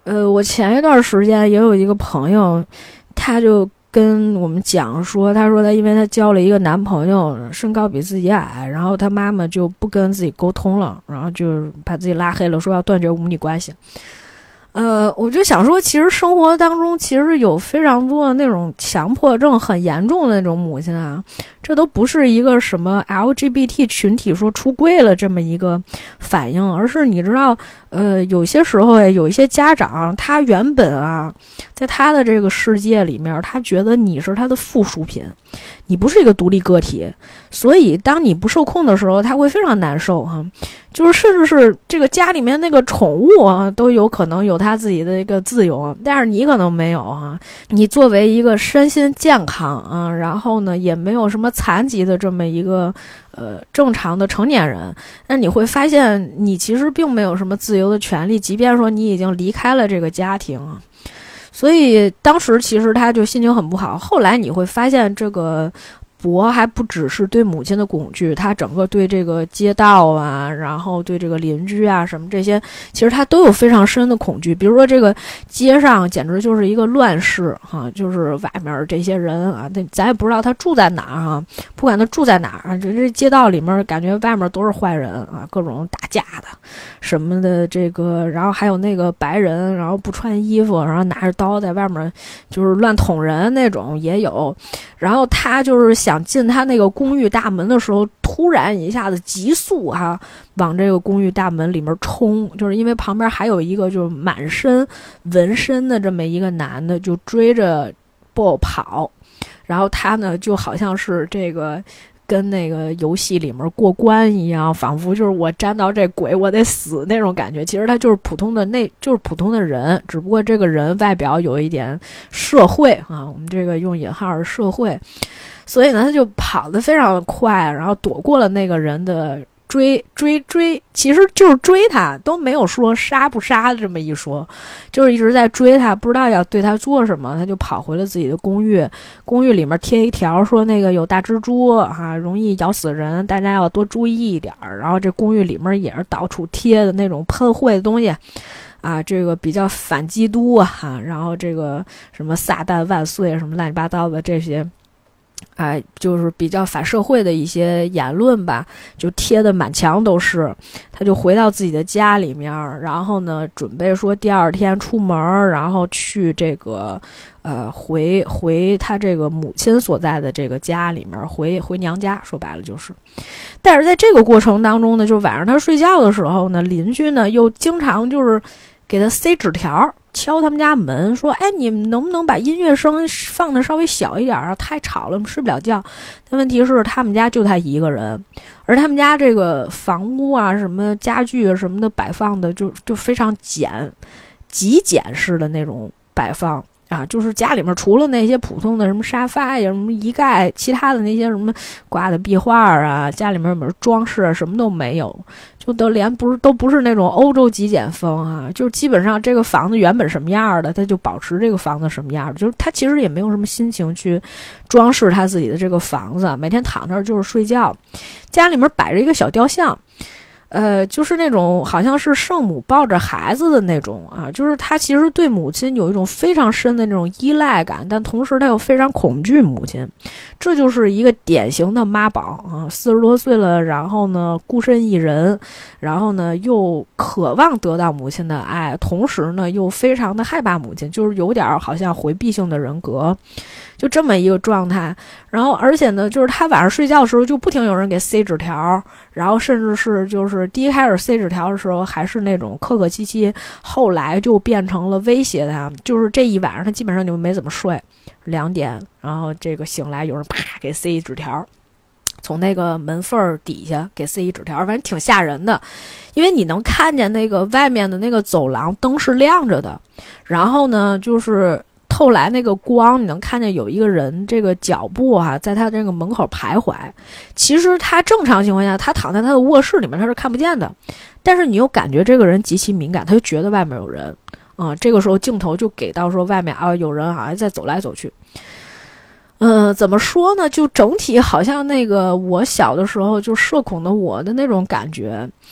我前一段时间也有一个朋友，他就跟我们讲说，他说他因为他交了一个男朋友，身高比自己矮，然后他妈妈就不跟自己沟通了，然后就把自己拉黑了，说要断绝母女关系。我就想说，其实生活当中其实有非常多的那种强迫症很严重的那种母亲啊，这都不是一个什么 LGBT 群体说出柜了这么一个反应，而是你知道，有些时候有一些家长，他原本啊，在他的这个世界里面，他觉得你是他的附属品，你不是一个独立个体，所以当你不受控的时候，他会非常难受哈。就是甚至是这个家里面那个宠物啊，都有可能有他自己的一个自由，但是你可能没有啊。你作为一个身心健康啊，然后呢也没有什么残疾的这么一个正常的成年人，那你会发现你其实并没有什么自由的权利，即便说你已经离开了这个家庭啊。所以当时其实他就心情很不好，后来你会发现这个博还不只是对母亲的恐惧，他整个对这个街道啊，然后对这个邻居啊什么这些，其实他都有非常深的恐惧。比如说这个街上简直就是一个乱世哈，就是外面这些人啊，咱也不知道他住在哪儿哈，不管他住在哪儿，这街道里面感觉外面都是坏人啊，各种打架的什么的这个，然后还有那个白人，然后不穿衣服，然后拿着刀在外面就是乱捅人那种也有。然后他就是想进他那个公寓大门的时候，突然一下子急速往这个公寓大门里面冲，就是因为旁边还有一个就是满身纹身的这么一个男的就追着BO跑，然后他呢就好像是这个跟那个游戏里面过关一样，仿佛就是我沾到这鬼我得死那种感觉。其实他就是普通的人，只不过这个人外表有一点社会啊，我们这个用引号是社会，所以呢他就跑得非常的快，然后躲过了那个人的追，其实就是追他，都没有说杀不杀的这么一说，就是一直在追他，不知道要对他做什么，他就跑回了自己的公寓。公寓里面贴一条说那个有大蜘蛛容易咬死人，大家要多注意一点。然后这公寓里面也是到处贴的那种喷绘的东西啊，这个比较反基督然后这个什么撒旦万岁什么乱七八糟的这些。就是比较反社会的一些言论吧，就贴的满墙都是。他就回到自己的家里面，然后呢，准备说第二天出门，然后去这个回他这个母亲所在的这个家里面，回娘家，说白了就是。但是在这个过程当中呢，就晚上他睡觉的时候呢，邻居呢又经常就是给他塞纸条。敲他们家门说，哎，你们能不能把音乐声放的稍微小一点啊？太吵了，我们睡不了觉。但问题是他们家就他一个人，而他们家这个房屋啊，什么家具什么的摆放的就非常极简式的那种摆放啊，就是家里面除了那些普通的什么沙发呀、什么衣盖，其他的那些什么挂的壁画啊，家里面有没有装饰什么都没有。就都不是那种欧洲极简风就是基本上这个房子原本什么样的，他就保持这个房子什么样的，就是他其实也没有什么心情去装饰他自己的这个房子，每天躺那儿就是睡觉。家里面摆着一个小雕像，就是那种好像是圣母抱着孩子的那种就是他其实对母亲有一种非常深的那种依赖感，但同时他又非常恐惧母亲，这就是一个典型的妈宝40多岁了，然后呢孤身一人，然后呢又渴望得到母亲的爱，同时呢又非常的害怕母亲，就是有点好像回避性的人格，就这么一个状态。然后而且呢就是他晚上睡觉的时候就不停有人给塞纸条，然后甚至是就是第一开始塞纸条的时候还是那种客客气气，后来就变成了威胁他，就是这一晚上他基本上就没怎么睡，2点然后这个醒来有人啪给塞一纸条，从那个门缝底下给塞一纸条，反正挺吓人的。因为你能看见那个外面的那个走廊灯是亮着的，然后呢就是透来那个光，你能看见有一个人这个脚步在他这个门口徘徊。其实他正常情况下他躺在他的卧室里面他是看不见的，但是你又感觉这个人极其敏感，他就觉得外面有人这个时候镜头就给到说外面有人好像在走来走去。怎么说呢，就整体好像那个我小的时候就社恐的我的那种感觉。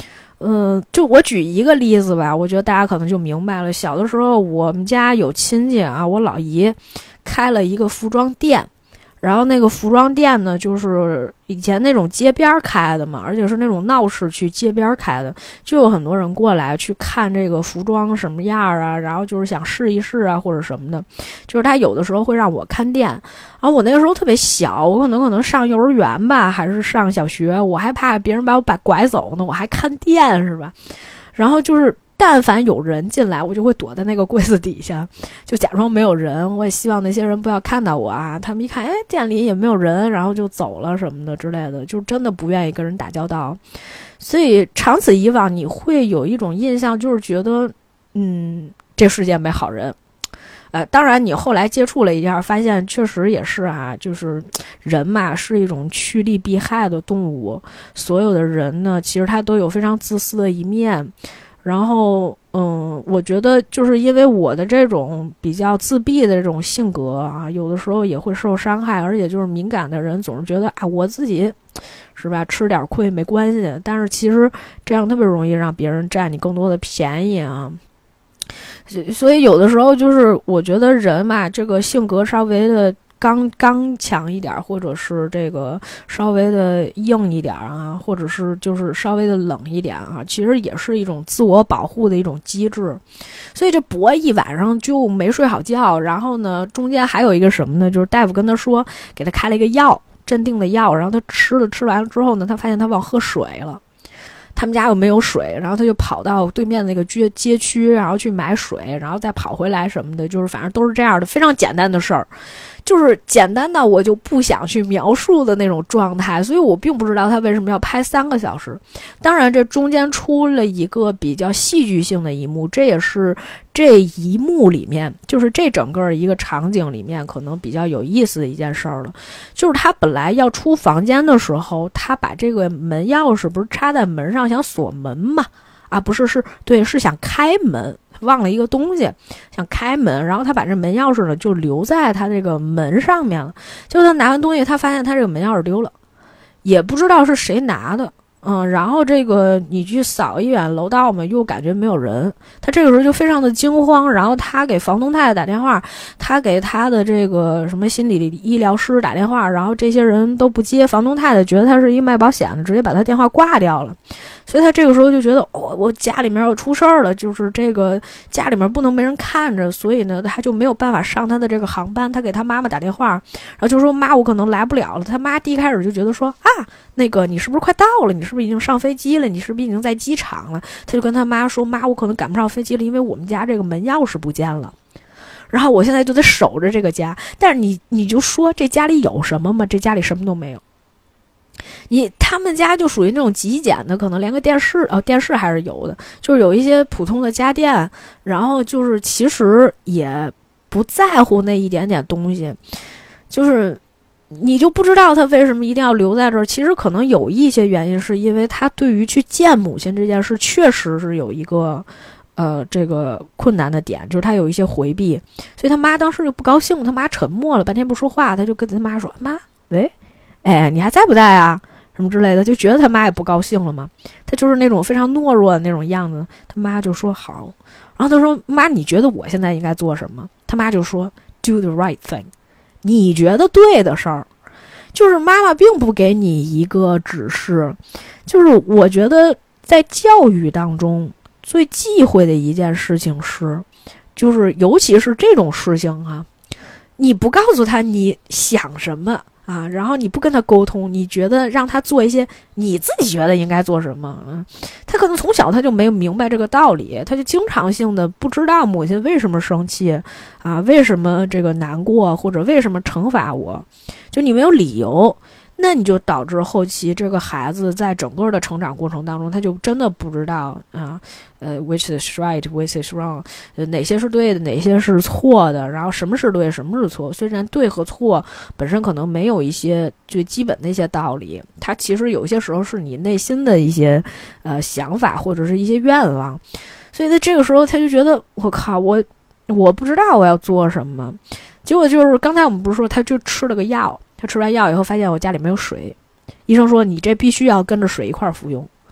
就我举一个例子吧，我觉得大家可能就明白了。小的时候我们家有亲戚啊，我姥姨开了一个服装店，然后那个服装店呢，就是以前那种街边开的嘛，而且是那种闹市区街边开的，就有很多人过来去看这个服装什么样啊，然后就是想试一试啊或者什么的。就是他有的时候会让我看店，然后我那个时候特别小，我可能上幼儿园吧，还是上小学，我还怕别人把我拐走呢，我还看店是吧？然后就是但凡有人进来，我就会躲在那个柜子底下，就假装没有人。我也希望那些人不要看到我啊。他们一看，哎，店里也没有人，然后就走了什么的之类的，就真的不愿意跟人打交道。所以长此以往，你会有一种印象，就是觉得，这世界没好人。当然你后来接触了一下，发现确实也是啊，就是人嘛是一种趋利避害的动物，所有的人呢，其实他都有非常自私的一面。然后，我觉得就是因为我的这种比较自闭的这种性格啊，有的时候也会受伤害，而且就是敏感的人总是觉得啊，我自己是吧，吃点亏没关系，但是其实这样特别容易让别人占你更多的便宜啊。所以有的时候就是我觉得人嘛，这个性格稍微的刚强一点，或者是这个稍微的硬一点啊，或者是就是稍微的冷一点啊，其实也是一种自我保护的一种机制。所以这博一晚上就没睡好觉，然后呢，中间还有一个什么呢？就是大夫跟他说，给他开了一个药，镇定的药，然后他吃完了之后呢，他发现他忘喝水了。他们家又没有水，然后他就跑到对面那个街区，然后去买水，然后再跑回来什么的，就是反正都是这样的非常简单的事儿，就是简单到我就不想去描述的那种状态。所以我并不知道他为什么要拍3个小时。当然这中间出了一个比较戏剧性的一幕，这也是这一幕里面，就是这整个一个场景里面可能比较有意思的一件事儿了。就是他本来要出房间的时候，他把这个门钥匙不是插在门上想锁门嘛？啊，不是，是想开门，忘了一个东西，想开门，然后他把这门钥匙呢就留在他这个门上面了。就他拿完东西，他发现他这个门钥匙丢了，也不知道是谁拿的。然后这个你去扫一眼楼道嘛，又感觉没有人，他这个时候就非常的惊慌，然后他给房东太太打电话，他给他的这个什么心理医疗师打电话，然后这些人都不接，房东太太觉得他是一卖保险的，直接把他电话挂掉了。所以他这个时候就觉得，我家里面要出事儿了，就是这个家里面不能没人看着，所以呢他就没有办法上他的这个航班。他给他妈妈打电话，然后就说，妈，我可能来不了了。他妈第一开始就觉得说，啊，那个你是不是快到了，你是不是已经上飞机了，你是不是已经在机场了？他就跟他妈说，妈，我可能赶不上飞机了，因为我们家这个门钥匙不见了，然后我现在就得守着这个家。但是你就说这家里有什么吗？这家里什么都没有。他们家就属于那种极简的，可能连个电视还是有的，就是有一些普通的家电，然后就是其实也不在乎那一点点东西，就是你就不知道他为什么一定要留在这儿。其实可能有一些原因，是因为他对于去见母亲这件事确实是有一个这个困难的点，就是他有一些回避，所以他妈当时就不高兴，他妈沉默了半天不说话，他就跟他妈说，妈，喂，哎，你还在不在啊？什么之类的，就觉得他妈也不高兴了嘛。他就是那种非常懦弱的那种样子。他妈就说好，然后他说，妈，你觉得我现在应该做什么？他妈就说 do the right thing， 你觉得对的事儿。就是妈妈并不给你一个指示。就是我觉得在教育当中最忌讳的一件事情是，就是尤其是这种事情啊，你不告诉他你想什么啊，然后你不跟他沟通，你觉得让他做一些你自己觉得应该做什么，他可能从小他就没有明白这个道理，他就经常性的不知道母亲为什么生气啊，为什么这个难过，或者为什么惩罚我，就你没有理由。那你就导致后期这个孩子在整个的成长过程当中，他就真的不知道啊，which is right, which is wrong，哪些是对的，哪些是错的，然后什么是对，什么是错。虽然对和错本身可能没有一些最基本的一些道理，它其实有些时候是你内心的一些想法或者是一些愿望。所以在这个时候他就觉得，我靠，我不知道我要做什么。结果就是刚才我们不是说他就吃了个药，他吃完药以后发现我家里没有水，医生说你这必须要跟着水一块服用。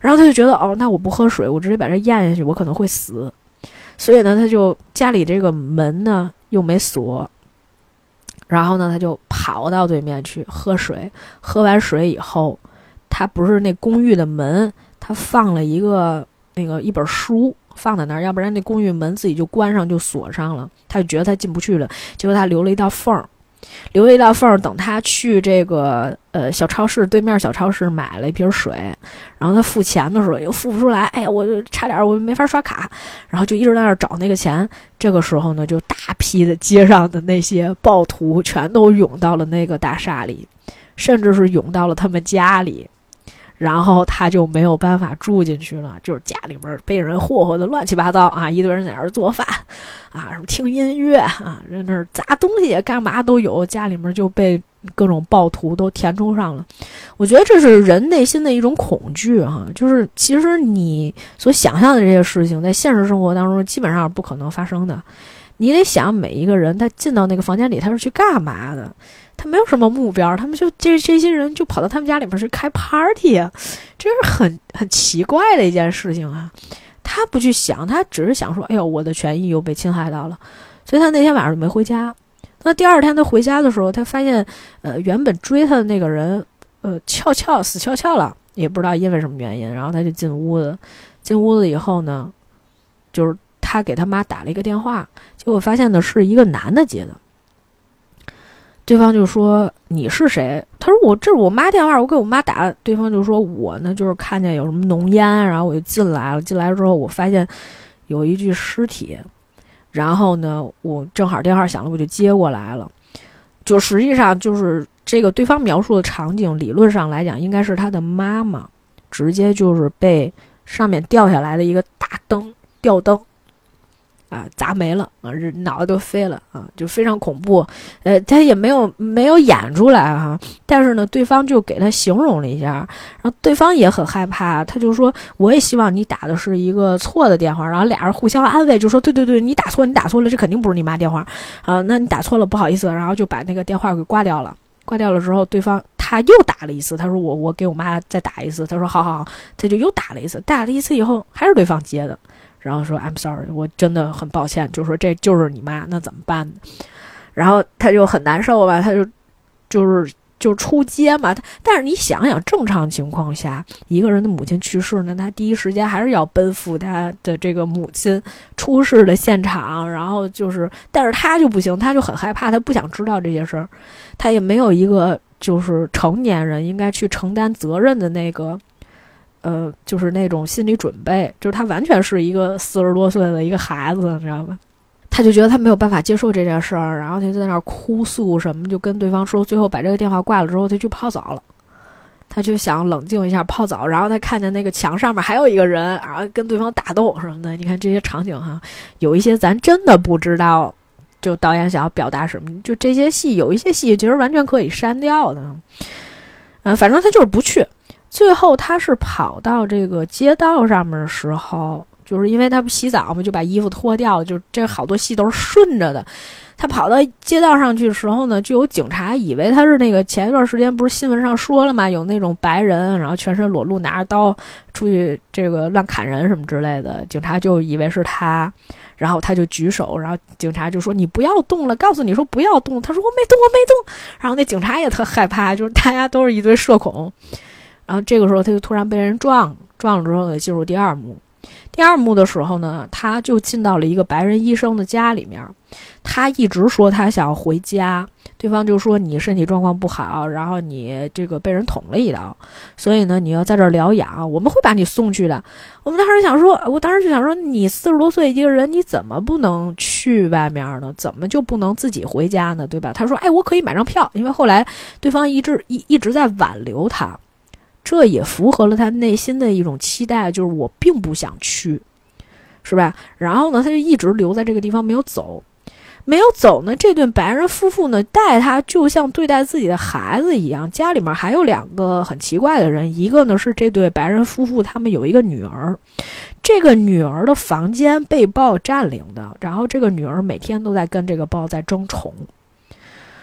然后他就觉得那我不喝水，我直接把这咽下去，我可能会死。所以呢，他就家里这个门呢又没锁，然后呢他就跑到对面去喝水。喝完水以后，他不是那公寓的门，他放了一本书放在那儿，要不然那公寓门自己就关上就锁上了。他就觉得他进不去了，结果他留了一道缝，等他去这个小超市对面小超市买了一瓶水，然后他付钱的时候又付不出来，哎呀，我就差点我没法刷卡，然后就一直在那儿找那个钱。这个时候呢，就大批的街上的那些暴徒全都涌到了那个大厦里，甚至是涌到了他们家里。然后他就没有办法住进去了，就是家里边被人霍霍的乱七八糟啊，一堆人在那儿做饭啊，什么听音乐啊，在那儿砸东西干嘛都有，家里面就被各种暴徒都填充上了。我觉得这是人内心的一种恐惧就是其实你所想象的这些事情在现实生活当中基本上是不可能发生的。你得想每一个人他进到那个房间里他是去干嘛的，他没有什么目标，他们就这些人就跑到他们家里面去开 party 啊，这是很奇怪的一件事情啊。他不去想，他只是想说，哎呦，我的权益又被侵害到了，所以他那天晚上就没回家。那第二天他回家的时候，他发现原本追他的那个人死翘翘了，也不知道因为什么原因。然后他就进屋子以后呢，就是他给他妈打了一个电话，结果发现的是一个男的接的。对方就说你是谁？他说这是我妈电话，我给我妈打。对方就说我呢就是看见有什么浓烟，然后我就进来了。进来之后我发现有一具尸体，然后呢我正好电话响了，我就接过来了。就实际上就是这个对方描述的场景，理论上来讲应该是他的妈妈直接就是被上面掉下来的一个大吊灯砸没了脑袋都飞了就非常恐怖。他也没有演出来但是呢对方就给他形容了一下，然后对方也很害怕，他就说我也希望你打的是一个错的电话。然后俩人互相安慰，就说对，你打错了，这肯定不是你妈电话那你打错了不好意思。然后就把那个电话给挂掉了之后，对方他又打了一次，他说我给我妈再打一次，他说好，他就又打了一次以后还是对方接的，然后说 I'm sorry， 我真的很抱歉，就说这就是你妈，那怎么办呢？然后他就很难受吧，他就出街嘛。但是你想想，正常情况下，一个人的母亲去世呢，他第一时间还是要奔赴他的这个母亲出事的现场，然后但是他就不行，他就很害怕，他不想知道这些事儿，他也没有一个就是成年人应该去承担责任的那个就是那种心理准备，就是他完全是一个40多岁的一个孩子，你知道吧？他就觉得他没有办法接受这件事儿，然后他就在那儿哭诉什么，就跟对方说，最后把这个电话挂了之后，他去泡澡了。他就想冷静一下泡澡，然后他看见那个墙上面还有一个人，然后跟对方打斗什么的。你看这些场景有一些咱真的不知道，就导演想要表达什么，就这些戏有一些戏其实完全可以删掉的。反正他就是不去。最后他是跑到这个街道上面的时候，就是因为他不洗澡嘛，就把衣服脱掉了，就这好多戏都是顺着的。他跑到街道上去的时候呢，就有警察以为他是那个前一段时间不是新闻上说了嘛，有那种白人然后全身裸露拿着刀出去这个乱砍人什么之类的，警察就以为是他，然后他就举手，然后警察就说你不要动了，告诉你说不要动。他说我没动。然后那警察也特害怕，就是大家都是一堆社恐。然后这个时候他就突然被人撞了之后呢，进入第二幕。第二幕的时候呢，他就进到了一个白人医生的家里面。他一直说他想要回家，对方就说你身体状况不好，然后你这个被人捅了一刀，所以呢你要在这儿疗养，我们会把你送去的。我当时就想说你40多岁一个人，你怎么不能去外面呢？怎么就不能自己回家呢？对吧？他说我可以买张票，因为后来对方一直在挽留他，这也符合了他内心的一种期待，就是我并不想去，是吧？然后呢他就一直留在这个地方没有走呢，这对白人夫妇呢待他就像对待自己的孩子一样。家里面还有2个很奇怪的人，一个呢是这对白人夫妇他们有一个女儿，这个女儿的房间被豹占领的，然后这个女儿每天都在跟这个豹在争宠。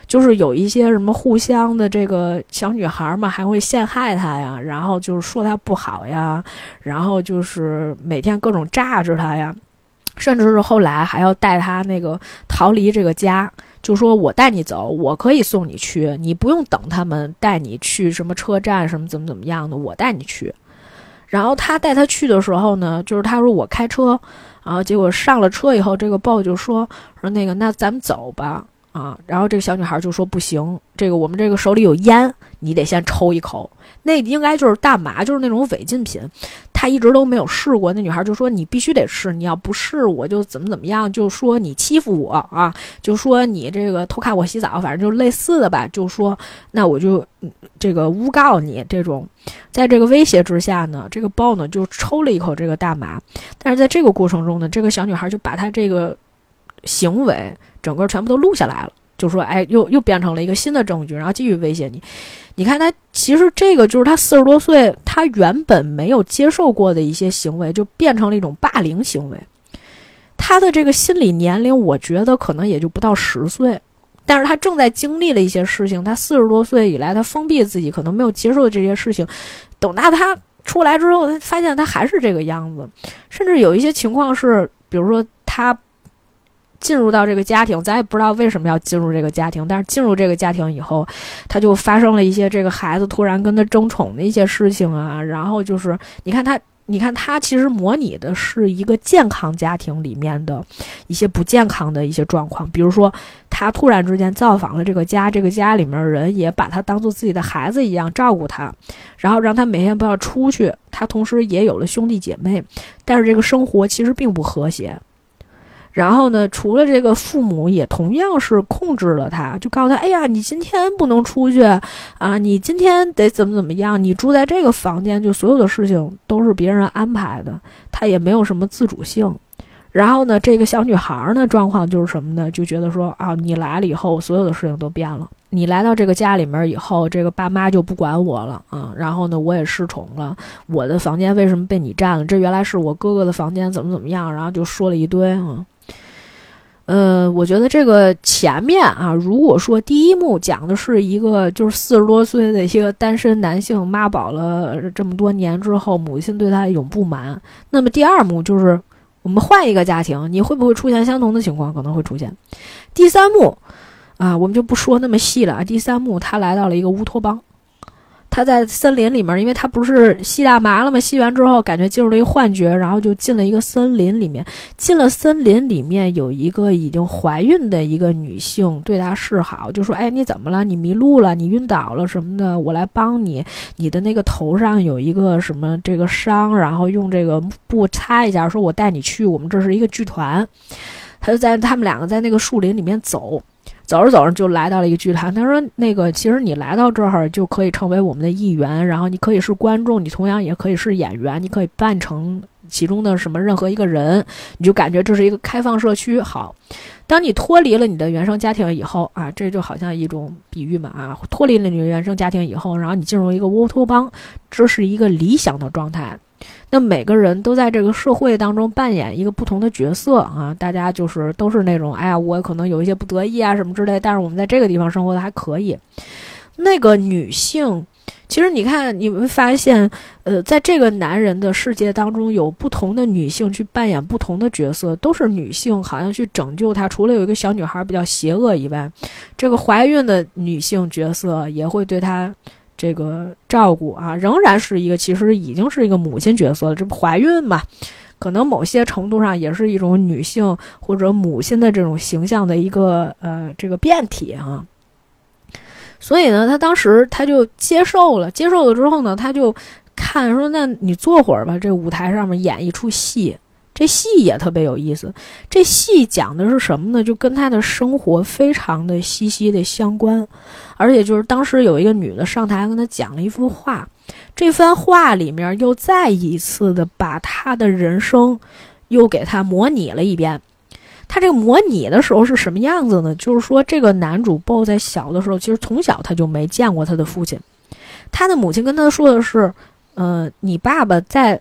就是有一些什么互相的这个小女孩嘛，还会陷害他呀，然后就是说他不好呀，然后就是每天各种榨着他呀，甚至是后来还要带他那个逃离这个家，就说我带你走，我可以送你去，你不用等他们带你去什么车站什么怎么样的，我带你去。然后他带他去的时候呢，就是他说我开车，然后结果上了车以后，这个鲍就说那个那咱们走吧啊。然后这个小女孩就说不行，这个我们这个手里有烟，你得先抽一口。那应该就是大麻，就是那种违禁品，他一直都没有试过。那女孩就说你必须得试，你要不试我就怎么样，就说你欺负我啊，就说你这个偷看我洗澡，反正就类似的吧，就说那我就这个诬告你这种。在这个威胁之下呢，这个鲍呢就抽了一口这个大麻，但是在这个过程中呢，这个小女孩就把她这个行为整个全部都录下来了，就说哎，又变成了一个新的证据，然后继续威胁你。你看他其实这个就是他40多岁，他原本没有接受过的一些行为，就变成了一种霸凌行为。他的这个心理年龄，我觉得可能也就不到10岁。但是他正在经历了一些事情，他40多岁以来，他封闭自己，可能没有接受这些事情。等到他出来之后，他发现他还是这个样子，甚至有一些情况是，比如说他进入到这个家庭，咱也不知道为什么要进入这个家庭，但是进入这个家庭以后，他就发生了一些这个孩子突然跟他争宠的一些事情啊，然后就是你看他其实模拟的是一个健康家庭里面的一些不健康的一些状况，比如说他突然之间造访了这个家，这个家里面的人也把他当做自己的孩子一样照顾他，然后让他每天不要出去，他同时也有了兄弟姐妹，但是这个生活其实并不和谐。然后呢，除了这个父母也同样是控制了他，就告诉他，哎呀，你今天不能出去啊，你今天得怎么样，你住在这个房间，就所有的事情都是别人安排的，他也没有什么自主性。然后呢，这个小女孩呢，状况就是什么呢？就觉得说啊，你来了以后，所有的事情都变了。你来到这个家里面以后，这个爸妈就不管我了啊。然后呢，我也失宠了，我的房间为什么被你占了？这原来是我哥哥的房间，怎么样？然后就说了一堆啊。我觉得这个前面啊，如果说第一幕讲的是一个就是40多岁的一个单身男性妈宝了这么多年之后，母亲对他有不满，那么第二幕就是我们换一个家庭，你会不会出现相同的情况？可能会出现。第三幕啊，我们就不说那么细了。第三幕他来到了一个乌托邦，他在森林里面，因为他不是吸大麻了吗？吸完之后感觉进入了一个幻觉，然后就进了一个森林里面。进了森林里面，有一个已经怀孕的一个女性对他示好，就说：“哎，你怎么了？你迷路了？你晕倒了什么的？我来帮你。你的那个头上有一个什么这个伤，然后用这个布擦一下，说我带你去，我们这是一个剧团。”他就在他们两个在那个树林里面走。走着走着就来到了一个剧团，他说那个其实你来到这儿就可以成为我们的一员，然后你可以是观众，你同样也可以是演员，你可以扮成其中的什么任何一个人，你就感觉这是一个开放社区。好，当你脱离了你的原生家庭以后啊，这就好像一种比喻嘛啊，脱离了你的原生家庭以后，然后你进入一个乌托邦，这是一个理想的状态。那每个人都在这个社会当中扮演一个不同的角色啊，大家就是都是那种哎呀，我可能有一些不得意啊什么之类，但是我们在这个地方生活的还可以。那个女性，其实你看，你会发现，在这个男人的世界当中，有不同的女性去扮演不同的角色，都是女性好像去拯救他。除了有一个小女孩比较邪恶以外，这个怀孕的女性角色也会对他这个照顾啊，仍然是一个其实已经是一个母亲角色了。这不怀孕嘛，可能某些程度上也是一种女性或者母亲的这种形象的一个这个变体啊。所以呢，他当时他就接受了之后呢，他就看说，那你坐会儿吧，这舞台上面演一出戏。这戏也特别有意思，这戏讲的是什么呢？就跟他的生活非常的息息的相关，而且就是当时有一个女的上台跟他讲了一幅画，这番话里面又再一次的把他的人生又给他模拟了一遍。他这个模拟的时候是什么样子呢？就是说这个男主鲍在小的时候，其实从小他就没见过他的父亲，他的母亲跟他说的是，你爸爸在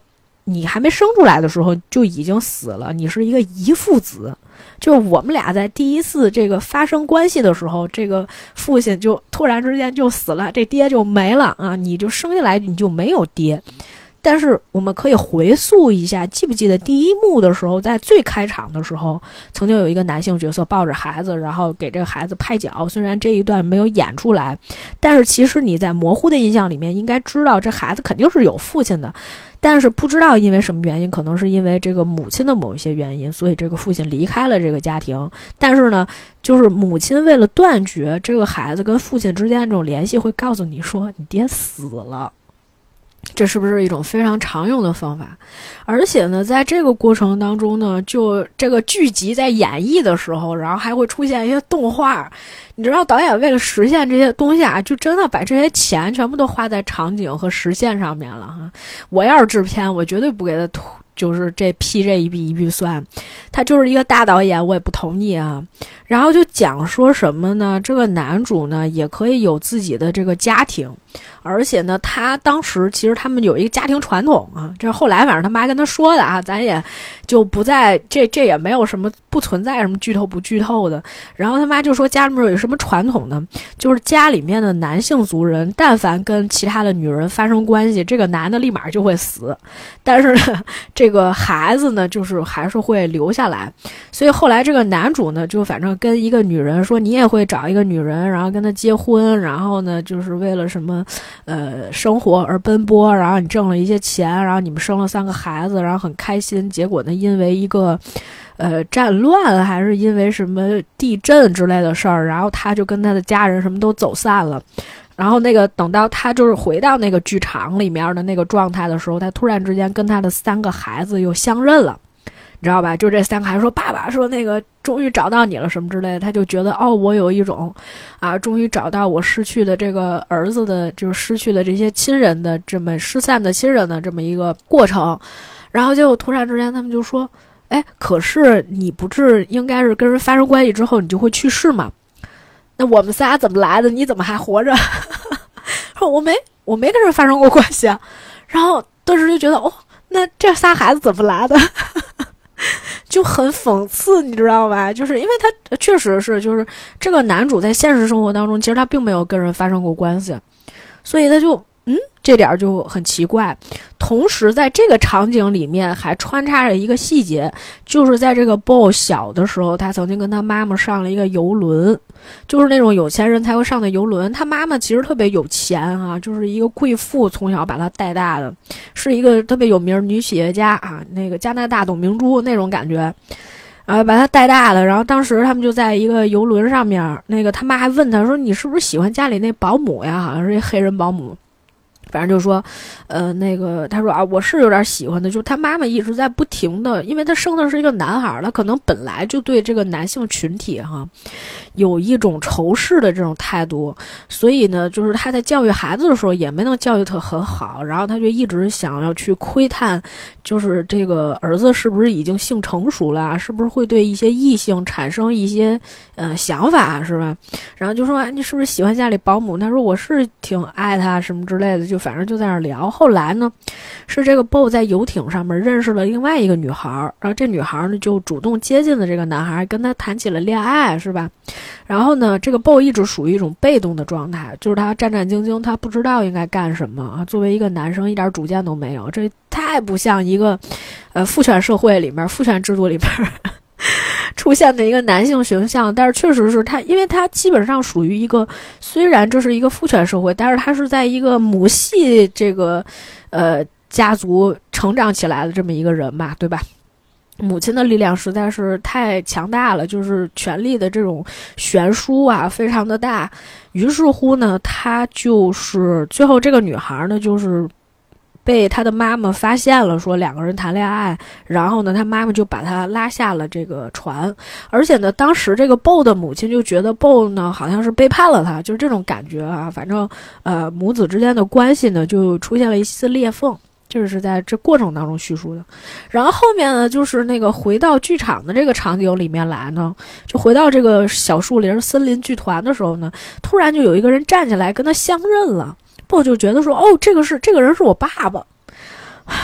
你还没生出来的时候就已经死了，你是一个遗父子。就是我们俩在第一次这个发生关系的时候，这个父亲就突然之间就死了，这爹就没了啊，你就生下来你就没有爹。但是我们可以回溯一下，记不记得第一幕的时候，在最开场的时候，曾经有一个男性角色抱着孩子，然后给这个孩子拍脚。虽然这一段没有演出来，但是其实你在模糊的印象里面应该知道，这孩子肯定是有父亲的，但是不知道因为什么原因，可能是因为这个母亲的某一些原因，所以这个父亲离开了这个家庭。但是呢，就是母亲为了断绝这个孩子跟父亲之间的这种联系，会告诉你说你爹死了。这是不是一种非常常用的方法？而且呢，在这个过程当中呢，就这个剧集在演绎的时候，然后还会出现一些动画。你知道导演为了实现这些东西啊，就真的把这些钱全部都花在场景和实现上面了哈。我要是制片，我绝对不给他就是批这一笔预算，他就是一个大导演，我也不同意啊。然后就讲说什么呢？这个男主呢也可以有自己的这个家庭，而且呢，他当时其实他们有一个家庭传统啊，这后来反正他妈跟他说的啊，咱也就不在这也没有什么不存在什么剧透不剧透的。然后他妈就说家里面有什么传统呢？就是家里面的男性族人，但凡跟其他的女人发生关系，这个男的立马就会死，但是呢，这个孩子呢，就是还是会留下来。所以后来这个男主呢，就反正跟一个女人说，你也会找一个女人，然后跟她结婚，然后呢，就是为了什么生活而奔波，然后你挣了一些钱，然后你们生了3个孩子，然后很开心。结果呢，因为一个战乱还是因为什么地震之类的事儿，然后他就跟他的家人什么都走散了。然后等到他就是回到那个剧场里面的那个状态的时候，他突然之间跟他的3个孩子又相认了。你知道吧？就这3个孩子说，爸爸说那个终于找到你了什么之类的，他就觉得我有一种终于找到我失去的这个儿子的，就是失去的这些亲人的这么失散的亲人的这么一个过程。然后就突然之间他们就说，可是你不是应该是跟人发生关系之后你就会去世吗？那我们仨怎么来的？你怎么还活着？说我没跟人发生过关系啊。然后顿时就觉得那这仨孩子怎么来的？就很讽刺，你知道吧？就是因为他确实是，就是这个男主在现实生活当中，其实他并没有跟人发生过关系，所以他就这点就很奇怪。同时在这个场景里面还穿插着一个细节，就是在这个 Bo 小的时候，他曾经跟他妈妈上了一个游轮，就是那种有钱人才会上的游轮。他妈妈其实特别有钱啊，就是一个贵妇，从小把他带大的，是一个特别有名女企业家啊，那个加拿大董明珠那种感觉。把他带大的。然后当时他们就在一个游轮上面，那个他妈还问他说，你是不是喜欢家里那保姆呀？好像是一黑人保姆。反正就说那个他说我是有点喜欢的，就是他妈妈一直在不停的，因为他生的是一个男孩，他可能本来就对这个男性群体有一种仇视的这种态度，所以呢就是他在教育孩子的时候也没能教育他很好，然后他就一直想要去窥探，就是这个儿子是不是已经性成熟了，是不是会对一些异性产生一些想法，是吧？然后就说你是不是喜欢家里保姆？他说我是挺爱他什么之类的，就反正就在那儿聊。后来呢，是这个 Bo 在游艇上面认识了另外一个女孩，然后这女孩呢就主动接近了这个男孩，跟他谈起了恋爱，是吧？然后呢，这个 Bo 一直属于一种被动的状态，就是他战战兢兢，他不知道应该干什么啊。作为一个男生，一点主见都没有，这太不像一个父权社会里面、父权制度里边出现的一个男性形象。但是确实是他，因为他基本上属于一个，虽然这是一个父权社会，但是他是在一个母系这个家族成长起来的这么一个人吧，对吧？母亲的力量实在是太强大了，就是权力的这种悬殊啊，非常的大。于是乎呢，他就是最后这个女孩呢，就是被他的妈妈发现了，说2个人谈恋爱，然后呢，他妈妈就把他拉下了这个船，而且呢，当时这个 Bo 的母亲就觉得 Bo 呢好像是背叛了他，就是这种感觉啊。反正母子之间的关系呢就出现了一丝裂缝。这是在这过程当中叙述的。然后后面呢，就是那个回到剧场的这个场景里面来呢，就回到这个小树林森林剧团的时候呢，突然就有一个人站起来跟他相认了。Bo 就觉得说，这个人是我爸爸。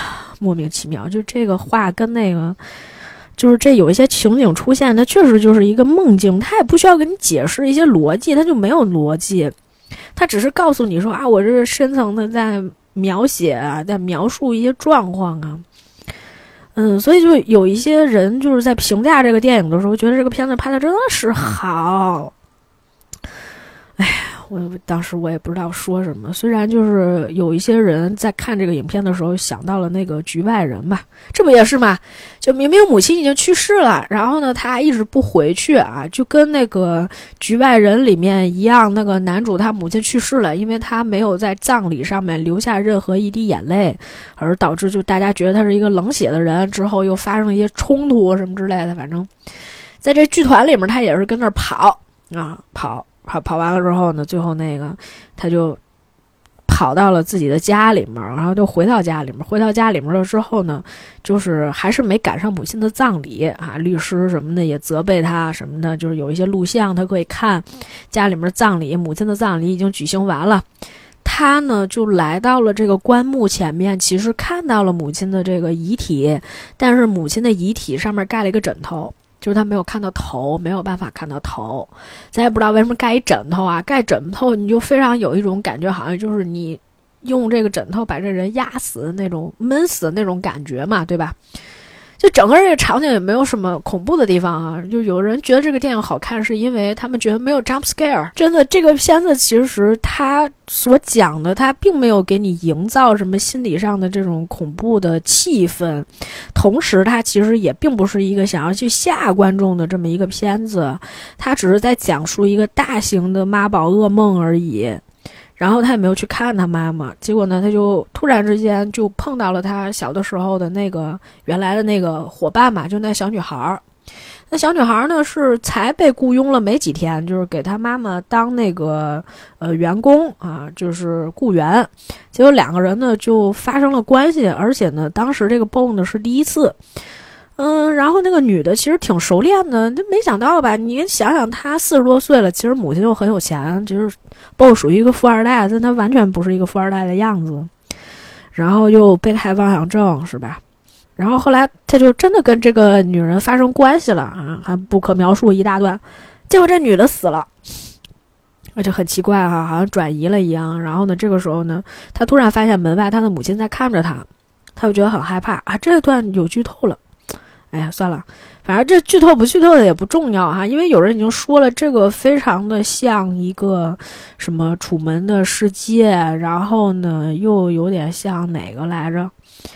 莫名其妙，就这个话跟那个。就是这有一些情景出现，它确实就是一个梦境，它也不需要给你解释一些逻辑，它就没有逻辑，它只是告诉你说啊，我这是深层的在描写啊，在描述一些状况啊。所以就有一些人就是在评价这个电影的时候，觉得这个片子拍的真的是好。哎呀，我当时我也不知道说什么，虽然就是有一些人在看这个影片的时候想到了那个局外人吧，这不也是嘛？就明明母亲已经去世了，然后呢他还一直不回去啊，就跟那个局外人里面一样，那个男主他母亲去世了，因为他没有在葬礼上面留下任何一滴眼泪，而导致就大家觉得他是一个冷血的人，之后又发生了一些冲突什么之类的，反正在这剧团里面他也是跟那儿跑啊跑完了之后呢，最后那个他就跑到了自己的家里面，然后就回到家里面了之后呢，就是还是没赶上母亲的葬礼啊，律师什么的也责备他什么的，就是有一些录像他可以看，家里面葬礼，母亲的葬礼已经举行完了，他呢就来到了这个棺木前面，其实看到了母亲的这个遗体，但是母亲的遗体上面盖了一个枕头，就是他没有看到头，没有办法看到头，咱也不知道为什么盖一枕头啊，盖枕头你就非常有一种感觉，好像就是你用这个枕头把这人压死的那种闷死的那种感觉嘛，对吧？就整个这个场景也没有什么恐怖的地方啊，就有人觉得这个电影好看是因为他们觉得没有 jump scare， 真的这个片子其实他所讲的他并没有给你营造什么心理上的这种恐怖的气氛，同时他其实也并不是一个想要去吓观众的这么一个片子，他只是在讲述一个大型的妈宝噩梦而已。然后他也没有去看他妈妈，结果呢他就突然之间就碰到了他小的时候的那个原来的那个伙伴嘛，就那小女孩。那小女孩呢是才被雇佣了没几天，就是给他妈妈当那个员工啊，就是雇员。结果两个人呢就发生了关系，而且呢当时这个蹦的是第一次。然后那个女的其实挺熟练的，就没想到吧？你想想，她40多岁了，其实母亲又很有钱，就是BO属于一个富二代，但她完全不是一个富二代的样子。然后又备胎妄想症，是吧？然后后来他就真的跟这个女人发生关系了啊，还不可描述一大段。结果这女的死了，而且很奇怪哈，好像转移了一样。然后呢，这个时候呢，他突然发现门外他的母亲在看着他，他就觉得很害怕啊。这段有剧透了。哎呀，算了，反正这剧透不剧透的也不重要哈，因为有人已经说了，这个非常的像一个什么楚门的世界，然后呢又有点像哪个来着？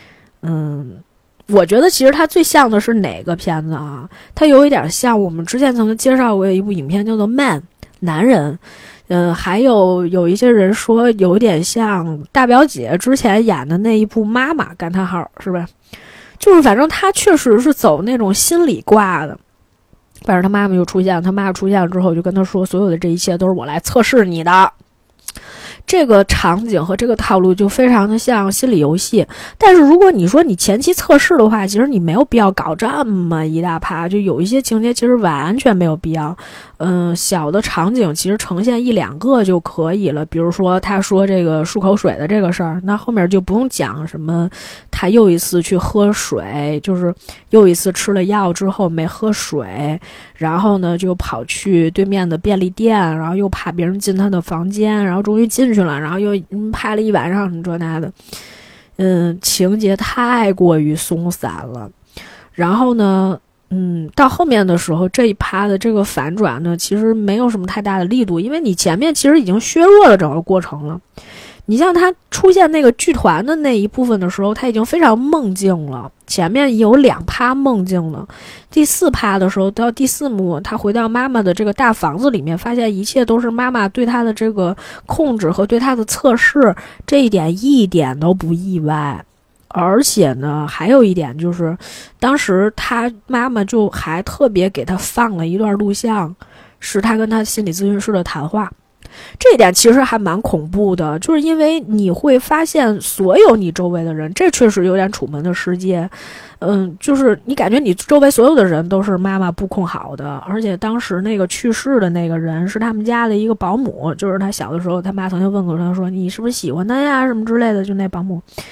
我觉得其实它最像的是哪个片子啊？它有一点像我们之前曾经介绍过一部影片叫做《Man》，男人。还有一些人说有点像大表姐之前演的那一部《妈妈》感叹号，是吧？就是反正他确实是走那种心理挂的，但是他妈妈又出现了，他妈妈出现了之后就跟他说，所有的这一切都是我来测试你的。这个场景和这个套路就非常的像心理游戏，但是如果你说你前期测试的话，其实你没有必要搞这么一大趴，就有一些情节其实完全没有必要。小的场景其实呈现1、2个就可以了，比如说他说这个漱口水的这个事儿，那后面就不用讲什么他又一次去喝水，就是又一次吃了药之后没喝水，然后呢就跑去对面的便利店，然后又怕别人进他的房间，然后终于进去了，然后又拍了一晚上什么这那的。情节太过于松散了，然后呢到后面的时候这一趴的这个反转呢其实没有什么太大的力度，因为你前面其实已经削弱了整个过程了。你像他出现那个剧团的那一部分的时候，他已经非常梦境了，前面有2趴梦境了，第4趴的时候到第4幕，他回到妈妈的这个大房子里面，发现一切都是妈妈对他的这个控制和对他的测试，这一点一点都不意外。而且呢还有一点就是，当时他妈妈就还特别给他放了一段录像，是他跟他心理咨询师的谈话。这一点其实还蛮恐怖的，就是因为你会发现所有你周围的人，这确实有点楚门的世界。就是你感觉你周围所有的人都是妈妈布控好的，而且当时那个去世的那个人是他们家的一个保姆，就是他小的时候他妈曾经问过他说你是不是喜欢他呀什么之类的，就那保姆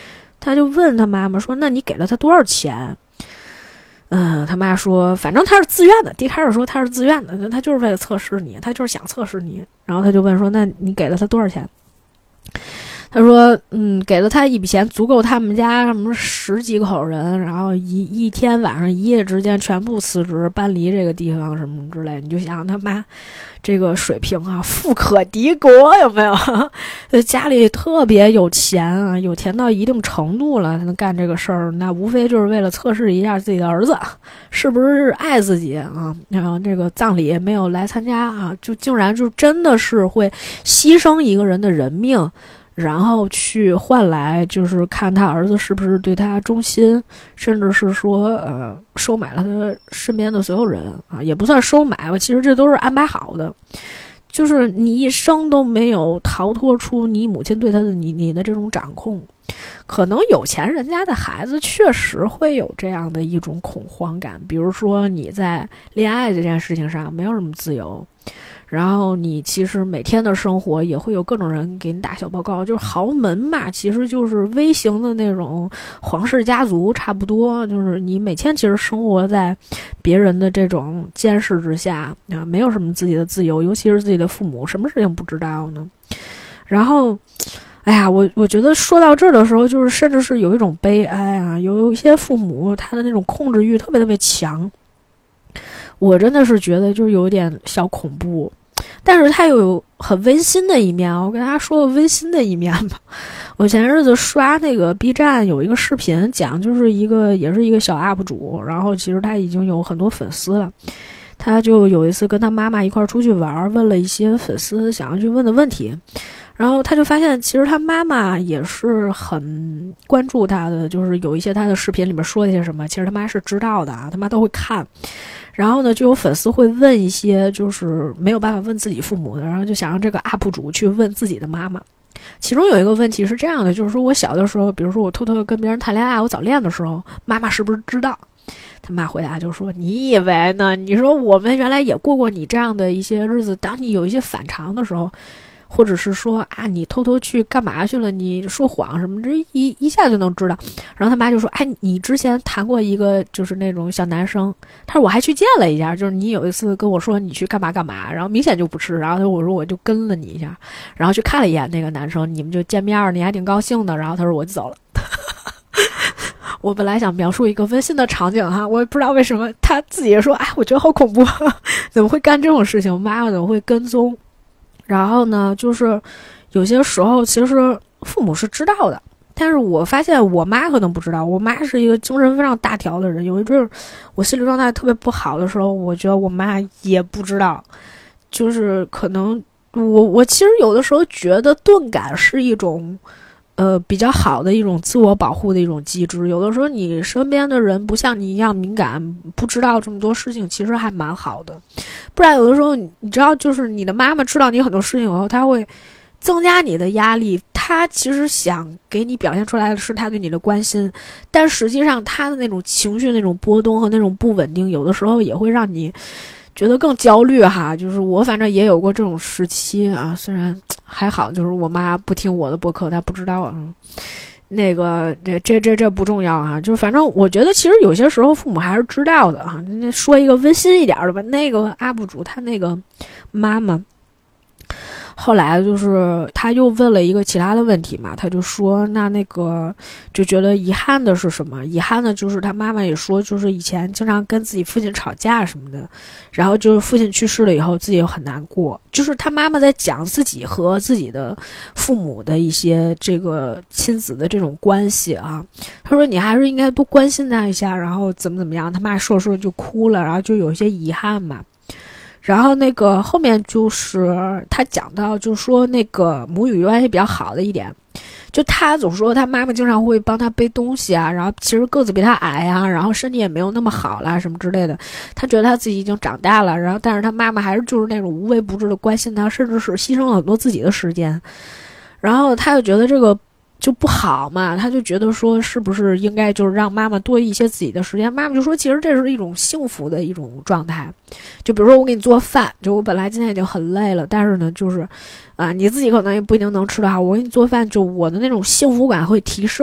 他就问他妈妈说，那你给了他多少钱？他妈说反正他是自愿的，第一开始说他是自愿的，他就是为了测试你，他就是想测试你。然后他就问说，那你给了他多少钱？他说给了他一笔钱，足够他们家什么10几口人，然后一天晚上一夜之间全部辞职搬离这个地方什么之类。你就想他妈这个水平啊，富可敌国，有没有？家里特别有钱啊，有钱到一定程度了才能干这个事儿，那无非就是为了测试一下自己的儿子是不是爱自己啊。然后这个葬礼没有来参加啊，就竟然就真的是会牺牲一个人的人命，然后去换来就是看他儿子是不是对他忠心，甚至是说收买了他身边的所有人啊，也不算收买吧，其实这都是安排好的。就是你一生都没有逃脱出你母亲对他的你的这种掌控。可能有钱人家的孩子确实会有这样的一种恐慌感，比如说你在恋爱这件事情上没有什么自由，然后你其实每天的生活也会有各种人给你打小报告，就是豪门嘛，其实就是微型的那种皇室家族差不多，就是你每天其实生活在别人的这种监视之下啊，没有什么自己的自由，尤其是自己的父母，什么事情不知道呢？然后哎呀，我觉得说到这儿的时候，就是甚至是有一种悲哀啊，有一些父母他的那种控制欲特别特别强，我真的是觉得就是有点小恐怖，但是他有很温馨的一面。我跟大家说个温馨的一面吧。我前日子刷那个 B 站有一个视频讲，就是也是一个小 UP 主，然后其实他已经有很多粉丝了。他就有一次跟他妈妈一块出去玩，问了一些粉丝想要去问的问题，然后他就发现其实他妈妈也是很关注他的，就是有一些他的视频里面说一些什么，其实他妈是知道的啊，他妈都会看。然后呢，就有粉丝会问一些就是没有办法问自己父母的，然后就想让这个 UP 主去问自己的妈妈。其中有一个问题是这样的，就是说我小的时候，比如说我偷偷跟别人谈恋爱，我早恋的时候，妈妈是不是知道？他妈回答就说，你以为呢？你说我们原来也过过你这样的一些日子，当你有一些反常的时候，或者是说啊，你偷偷去干嘛去了，你说谎什么，这一下就能知道。然后他妈就说，哎，你之前谈过一个就是那种小男生，他说我还去见了一下，就是你有一次跟我说你去干嘛干嘛，然后明显就不是，然后我说我就跟了你一下，然后去看了一眼那个男生，你们就见面，你还挺高兴的，然后他说我就走了。我本来想描述一个温馨的场景哈，我也不知道为什么他自己也说，哎，我觉得好恐怖，怎么会干这种事情？妈妈怎么会跟踪？然后呢，就是有些时候其实父母是知道的，但是我发现我妈可能不知道。我妈是一个精神非常大条的人，有一阵我心理状态特别不好的时候，我觉得我妈也不知道，就是可能我其实有的时候觉得钝感是一种比较好的一种自我保护的一种机制。有的时候你身边的人不像你一样敏感，不知道这么多事情，其实还蛮好的。不然有的时候你知道，就是你的妈妈知道你很多事情以后，她会增加你的压力。她其实想给你表现出来的是她对你的关心，但实际上她的那种情绪、那种波动和那种不稳定，有的时候也会让你觉得更焦虑哈。就是我反正也有过这种时期啊，虽然还好，就是我妈不听我的播客，她不知道啊。那个这不重要啊，就是反正我觉得其实有些时候父母还是知道的啊。说一个温馨一点的吧，那个 UP 主他那个妈妈后来就是他又问了一个其他的问题嘛，他就说那个就觉得遗憾的是什么？遗憾的就是他妈妈也说，就是以前经常跟自己父亲吵架什么的，然后就是父亲去世了以后自己又很难过。就是他妈妈在讲自己和自己的父母的一些这个亲子的这种关系啊，他说你还是应该多关心他一下，然后怎么样，他妈说就哭了，然后就有一些遗憾嘛。然后那个后面就是他讲到，就是说那个母语关系比较好的一点，就他总说他妈妈经常会帮他背东西啊，然后其实个子比他矮啊，然后身体也没有那么好啦什么之类的，他觉得他自己已经长大了，然后但是他妈妈还是就是那种无微不至的关心他，甚至是牺牲了很多自己的时间，然后他就觉得这个就不好嘛，他就觉得说是不是应该就是让妈妈多一些自己的时间。妈妈就说其实这是一种幸福的一种状态，就比如说我给你做饭，就我本来今天已经很累了，但是呢就是你自己可能也不一定能吃得好，我给你做饭，就我的那种幸福感会提升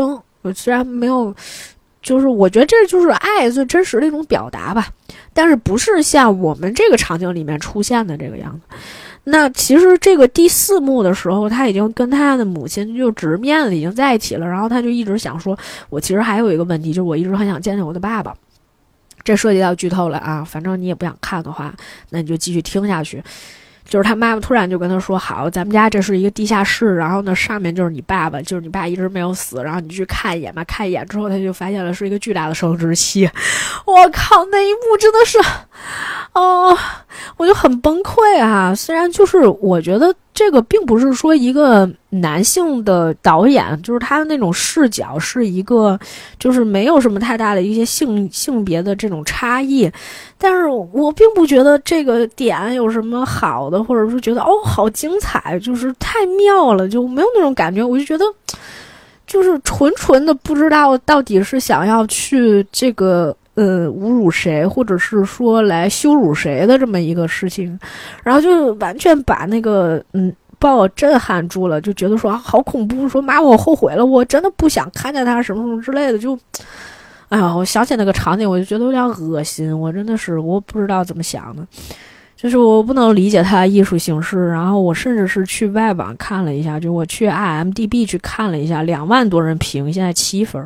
我虽然没有，就是我觉得这就是爱最真实的一种表达吧，但是不是像我们这个场景里面出现的这个样子。那其实这个第4幕的时候，他已经跟他的母亲就直面了，已经在一起了，然后他就一直想说，我其实还有一个问题，就是我一直很想见见我的爸爸。这涉及到剧透了啊，反正你也不想看的话，那你就继续听下去。就是他妈妈突然就跟他说，好，咱们家这是一个地下室，然后呢上面就是你爸爸，就是你爸一直没有死，然后你去看一眼吧。看一眼之后他就发现了是一个巨大的生殖器。我靠，那一幕真的是我就很崩溃啊。虽然就是我觉得这个并不是说一个男性的导演，就是他的那种视角是一个就是没有什么太大的一些性别的这种差异，但是我并不觉得这个点有什么好的，或者是觉得好精彩，就是太妙了，就没有那种感觉。我就觉得就是纯的不知道到底是想要去这个侮辱谁，或者是说来羞辱谁的这么一个事情，然后就完全把那个把我震撼住了，就觉得说好恐怖，说妈我后悔了，我真的不想看见他什么什么之类的，就哎呀，我想起那个场景我就觉得有点恶心，我真的是我不知道怎么想的，就是我不能理解他的艺术形式。然后我甚至是去外网看了一下，就我去 IMDB 去看了一下，2万多人评，现在7分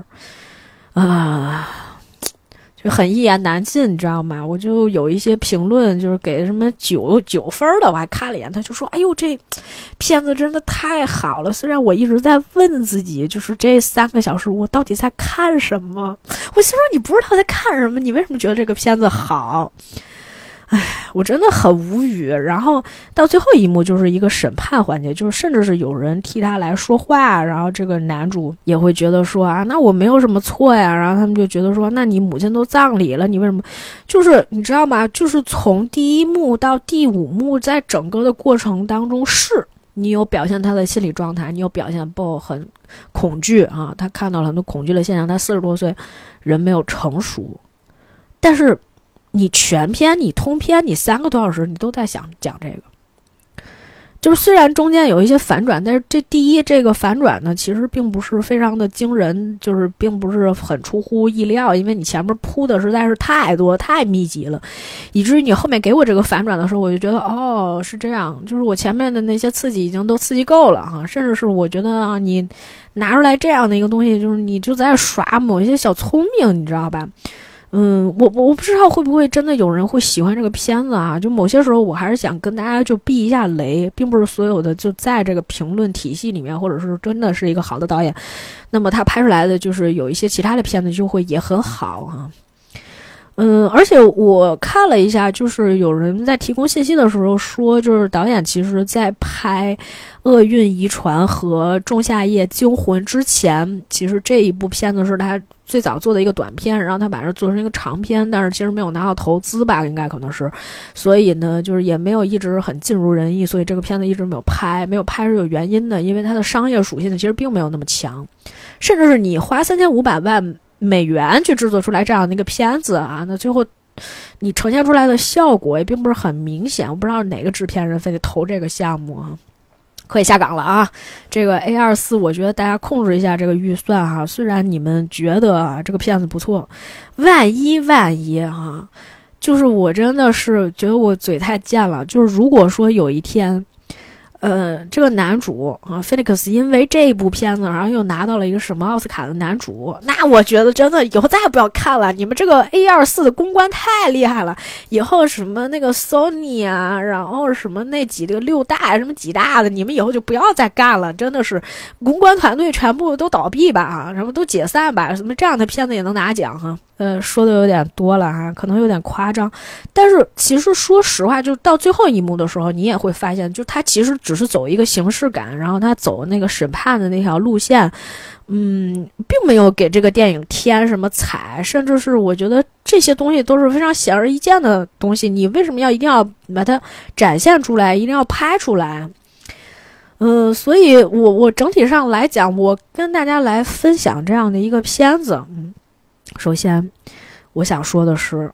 就很一言难尽，你知道吗？我就有一些评论就是给什么9分的，我还看了一眼，他就说哎呦这片子真的太好了。虽然我一直在问自己，就是这3个小时我到底在看什么，我心说你不知道在看什么，你为什么觉得这个片子好？哎，我真的很无语。然后到最后一幕就是一个审判环节，就是甚至是有人替他来说话，然后这个男主也会觉得说啊，那我没有什么错呀，然后他们就觉得说，那你母亲都葬礼了，你为什么？就是你知道吗？就是从第1幕到第5幕，在整个的过程当中，是你有表现他的心理状态，你有表现BO很恐惧啊，他看到了很多恐惧的现象，他40多岁，人没有成熟，但是你全篇你通篇你3个多小时你都在想讲这个，就是虽然中间有一些反转，但是这个反转呢其实并不是非常的惊人，就是并不是很出乎意料，因为你前面铺的实在是太多太密集了，以至于你后面给我这个反转的时候我就觉得是这样，就是我前面的那些刺激已经都刺激够了哈，甚至是我觉得你拿出来这样的一个东西，就是你就在耍某一些小聪明，你知道吧？我不知道会不会真的有人会喜欢这个片子啊？就某些时候我还是想跟大家就避一下雷，并不是所有的就在这个评论体系里面，或者是真的是一个好的导演，那么他拍出来的就是有一些其他的片子就会也很好啊。而且我看了一下，就是有人在提供信息的时候说，就是导演其实在拍《厄运遗传》和《仲夏夜惊魂》之前，其实这一部片子是他最早做的一个短片，然后他把这做成一个长片，但是其实没有拿到投资吧，应该可能是，所以呢，就是也没有一直很尽如人意，所以这个片子一直没有拍是有原因的，因为它的商业属性呢其实并没有那么强，甚至是你花3500万美元去制作出来这样的一个片子啊，那最后你呈现出来的效果也并不是很明显，我不知道哪个制片人非得投这个项目啊，可以下岗了啊！这个 A24， 我觉得大家控制一下这个预算哈。虽然你们觉得啊这个片子不错，万一啊，就是我真的是觉得我嘴太贱了。就是如果说有一天，这个男主啊，菲利克斯因为这一部片子，然后又拿到了一个什么奥斯卡的男主，那我觉得真的以后再也不要看了。你们这个 A24 的公关太厉害了，以后什么那个 Sony 啊，然后什么那几个6大什么几大的，你们以后就不要再干了，真的是公关团队全部都倒闭吧啊，什么都解散吧，什么这样的片子也能拿奖哈。说的有点多了哈，可能有点夸张，但是其实说实话，就到最后一幕的时候，你也会发现，就他其实只是走一个形式感，然后他走那个审判的那条路线，并没有给这个电影添什么彩，甚至是我觉得这些东西都是非常显而易见的东西，你为什么一定要把它展现出来，一定要拍出来？所以我整体上来讲，我跟大家来分享这样的一个片子，首先我想说的是，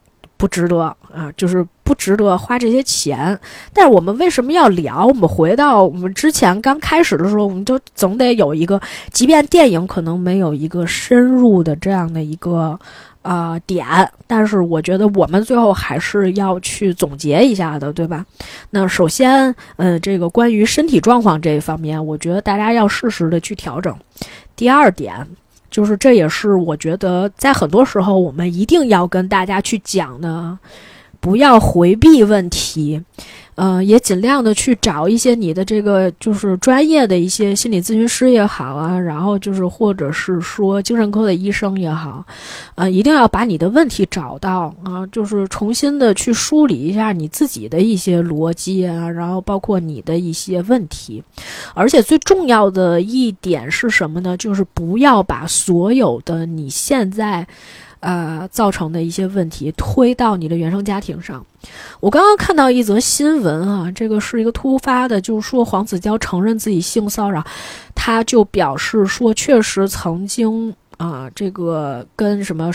不值得啊，就是不值得花这些钱。但是我们为什么要聊？我们回到我们之前刚开始的时候，我们就总得有一个，即便电影可能没有一个深入的这样的一个点，但是我觉得我们最后还是要去总结一下的，对吧？那首先，这个关于身体状况这一方面，我觉得大家要适时的去调整。第二点，就是这也是我觉得在很多时候我们一定要跟大家去讲的，不要回避问题。也尽量的去找一些你的这个就是专业的一些心理咨询师也好啊，然后就是或者是说精神科的医生也好，一定要把你的问题找到啊，就是重新的去梳理一下你自己的一些逻辑啊，然后包括你的一些问题。而且最重要的一点是什么呢？就是不要把所有的你现在造成的一些问题推到你的原生家庭上。我刚刚看到一则新闻啊，这个是一个突发的，就是说黄子佼承认自己性骚扰，他就表示说确实曾经这个跟什么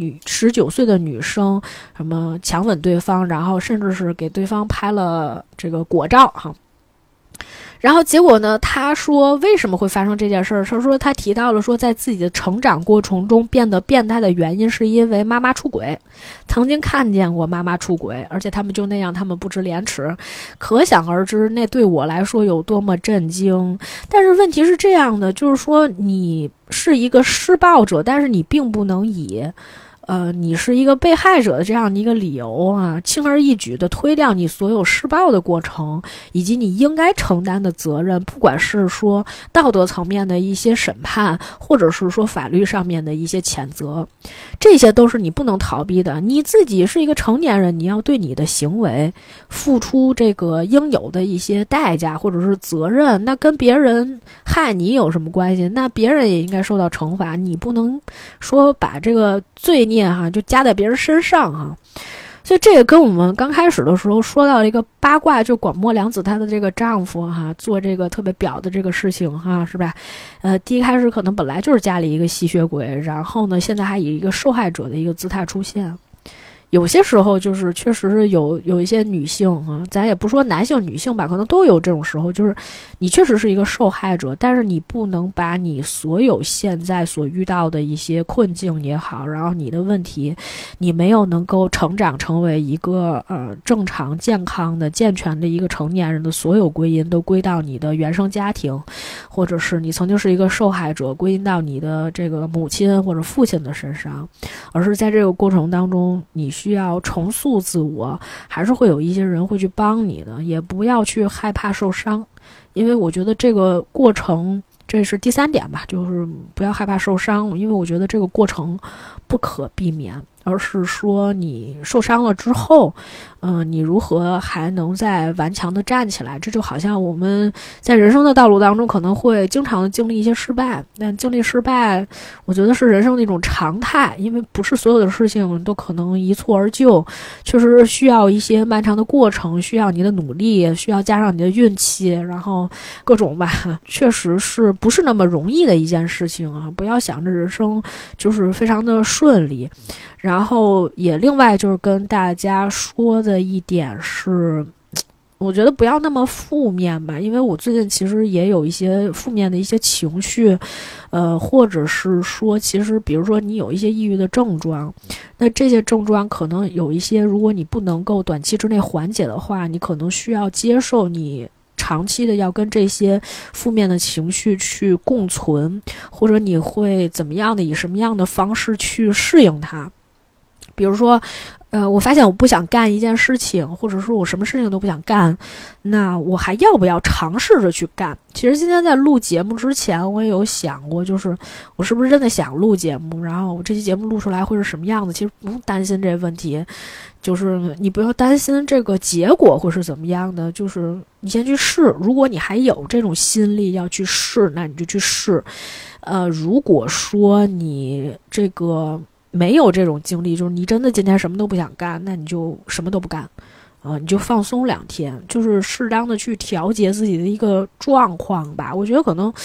19岁的女生什么强吻对方，然后甚至是给对方拍了这个果照哈。然后结果呢，他说为什么会发生这件事儿？他说他提到了说，在自己的成长过程中变得变态的原因是因为妈妈出轨，曾经看见过妈妈出轨，而且他们就那样，他们不知廉耻，可想而知，那对我来说有多么震惊。但是问题是这样的，就是说你是一个施暴者，但是你并不能以你是一个被害者的这样的一个理由啊，轻而易举的推掉你所有施暴的过程，以及你应该承担的责任，不管是说道德层面的一些审判，或者是说法律上面的一些谴责，这些都是你不能逃避的。你自己是一个成年人，你要对你的行为付出这个应有的一些代价或者是责任，那跟别人害你有什么关系？那别人也应该受到惩罚，你不能说把这个罪孽就加在别人身上所以这个跟我们刚开始的时候说到一个八卦，就广末凉子她的这个丈夫做这个特别婊的这个事情是吧？第一开始可能本来就是家里一个吸血鬼，然后呢现在还以一个受害者的一个姿态出现。有些时候就是确实是有一些女性咱也不说男性女性吧，可能都有这种时候，就是你确实是一个受害者，但是你不能把你所有现在所遇到的一些困境也好，然后你的问题，你没有能够成长成为一个正常健康的健全的一个成年人的所有归因都归到你的原生家庭，或者是你曾经是一个受害者归因到你的这个母亲或者父亲的身上，而是在这个过程当中你需要重塑自我，还是会有一些人会去帮你的，也不要去害怕受伤，因为我觉得这个过程，这是第三点吧，就是不要害怕受伤，因为我觉得这个过程不可避免，而是说你受伤了之后你如何还能再顽强的站起来。这就好像我们在人生的道路当中可能会经常的经历一些失败，但经历失败我觉得是人生的一种常态，因为不是所有的事情都可能一蹴而就，确实需要一些漫长的过程，需要你的努力，需要加上你的运气，然后各种吧，确实是不是那么容易的一件事情不要想着人生就是非常的顺利。然后也另外就是跟大家说的一点是，我觉得不要那么负面吧，因为我最近其实也有一些负面的一些情绪，或者是说其实比如说你有一些抑郁的症状，那这些症状可能有一些如果你不能够短期之内缓解的话，你可能需要接受你长期的要跟这些负面的情绪去共存，或者你会怎么样的以什么样的方式去适应它。比如说我发现我不想干一件事情，或者说我什么事情都不想干，那我还要不要尝试着去干？其实今天在录节目之前我也有想过，就是我是不是真的想录节目，然后我这期节目录出来会是什么样子。其实不用担心这个问题，就是你不要担心这个结果会是怎么样的，就是你先去试，如果你还有这种心力要去试，那你就去试。如果说你这个没有这种经历，就是你真的今天什么都不想干，那你就什么都不干你就放松2天，就是适当的去调节自己的一个状况吧。我觉得可能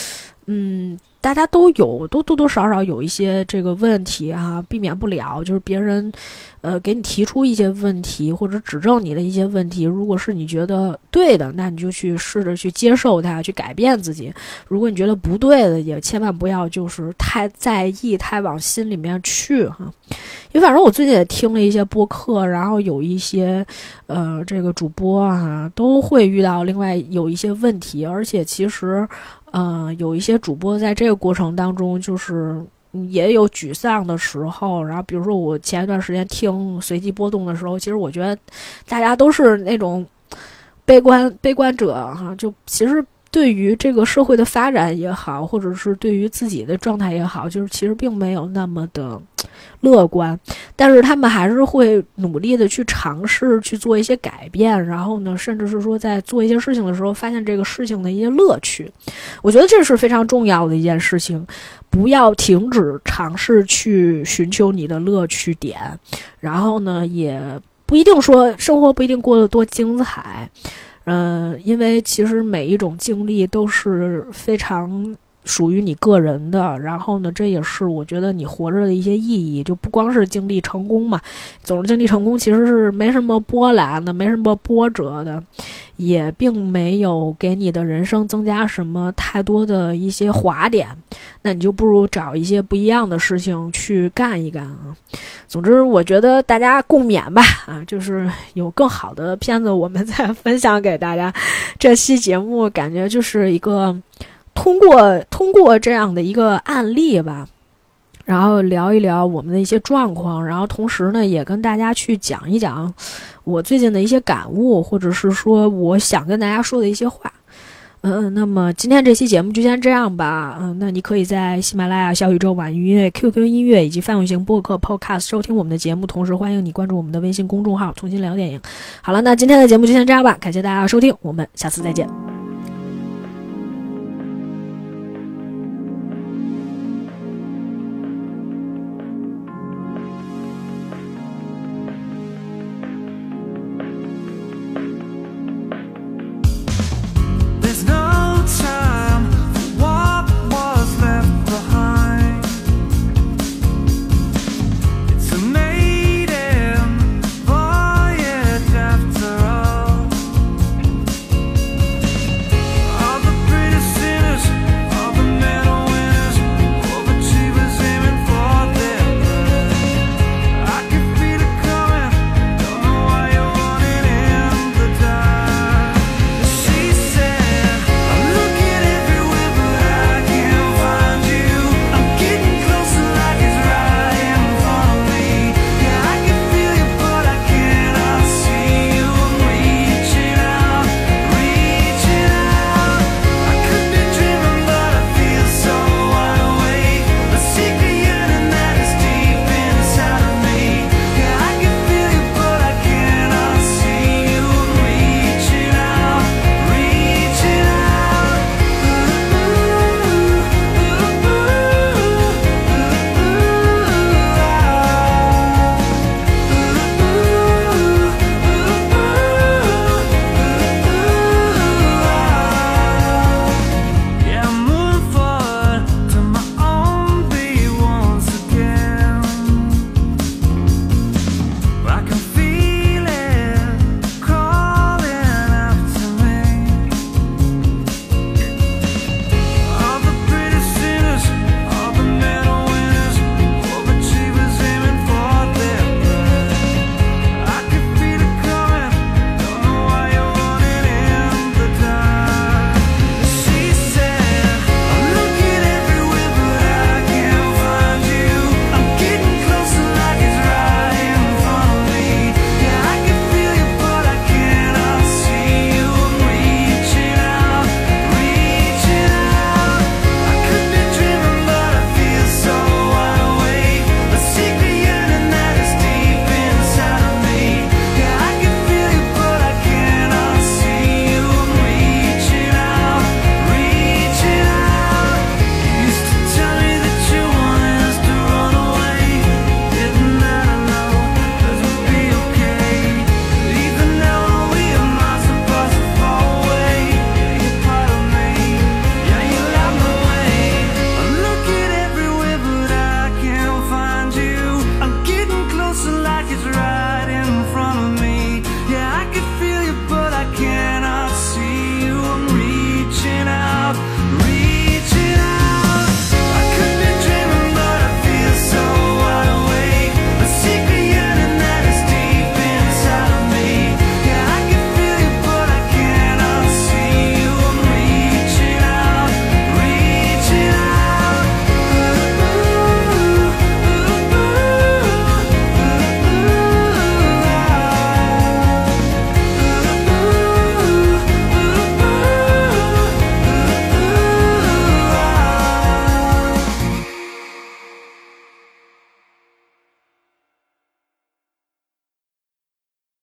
大家都多多少少有一些这个问题啊，避免不了，就是别人给你提出一些问题或者指正你的一些问题，如果是你觉得对的，那你就去试着去接受它，去改变自己。如果你觉得不对的，也千万不要就是太在意，太往心里面去哈。因为反正我最近也听了一些播客，然后有一些这个主播啊都会遇到另外有一些问题，而且其实有一些主播在这个过程当中就是也有沮丧的时候，然后比如说我前一段时间听随机波动的时候，其实我觉得大家都是那种悲观者哈，就其实对于这个社会的发展也好，或者是对于自己的状态也好，就是其实并没有那么的乐观，但是他们还是会努力的去尝试去做一些改变，然后呢，甚至是说在做一些事情的时候发现这个事情的一些乐趣。我觉得这是非常重要的一件事情，不要停止尝试去寻求你的乐趣点，然后呢，也不一定说生活不一定过得多精彩，因为其实每一种经历都是非常属于你个人的，然后呢，这也是我觉得你活着的一些意义，就不光是经历成功嘛，总是经历成功其实是没什么波澜的，没什么波折的，也并没有给你的人生增加什么太多的一些滑点，那你就不如找一些不一样的事情去干一干啊。总之我觉得大家共勉吧啊，就是有更好的片子我们再分享给大家。这期节目感觉就是一个通过这样的一个案例吧，然后聊一聊我们的一些状况，然后同时呢也跟大家去讲一讲我最近的一些感悟，或者是说我想跟大家说的一些话。那么今天这期节目就先这样吧。那你可以在喜马拉雅、小宇宙、网易音乐、QQ 音乐以及泛用型播客 Podcast 收听我们的节目，同时欢迎你关注我们的微信公众号重新聊电影。好了，那今天的节目就先这样吧，感谢大家的收听，我们下次再见。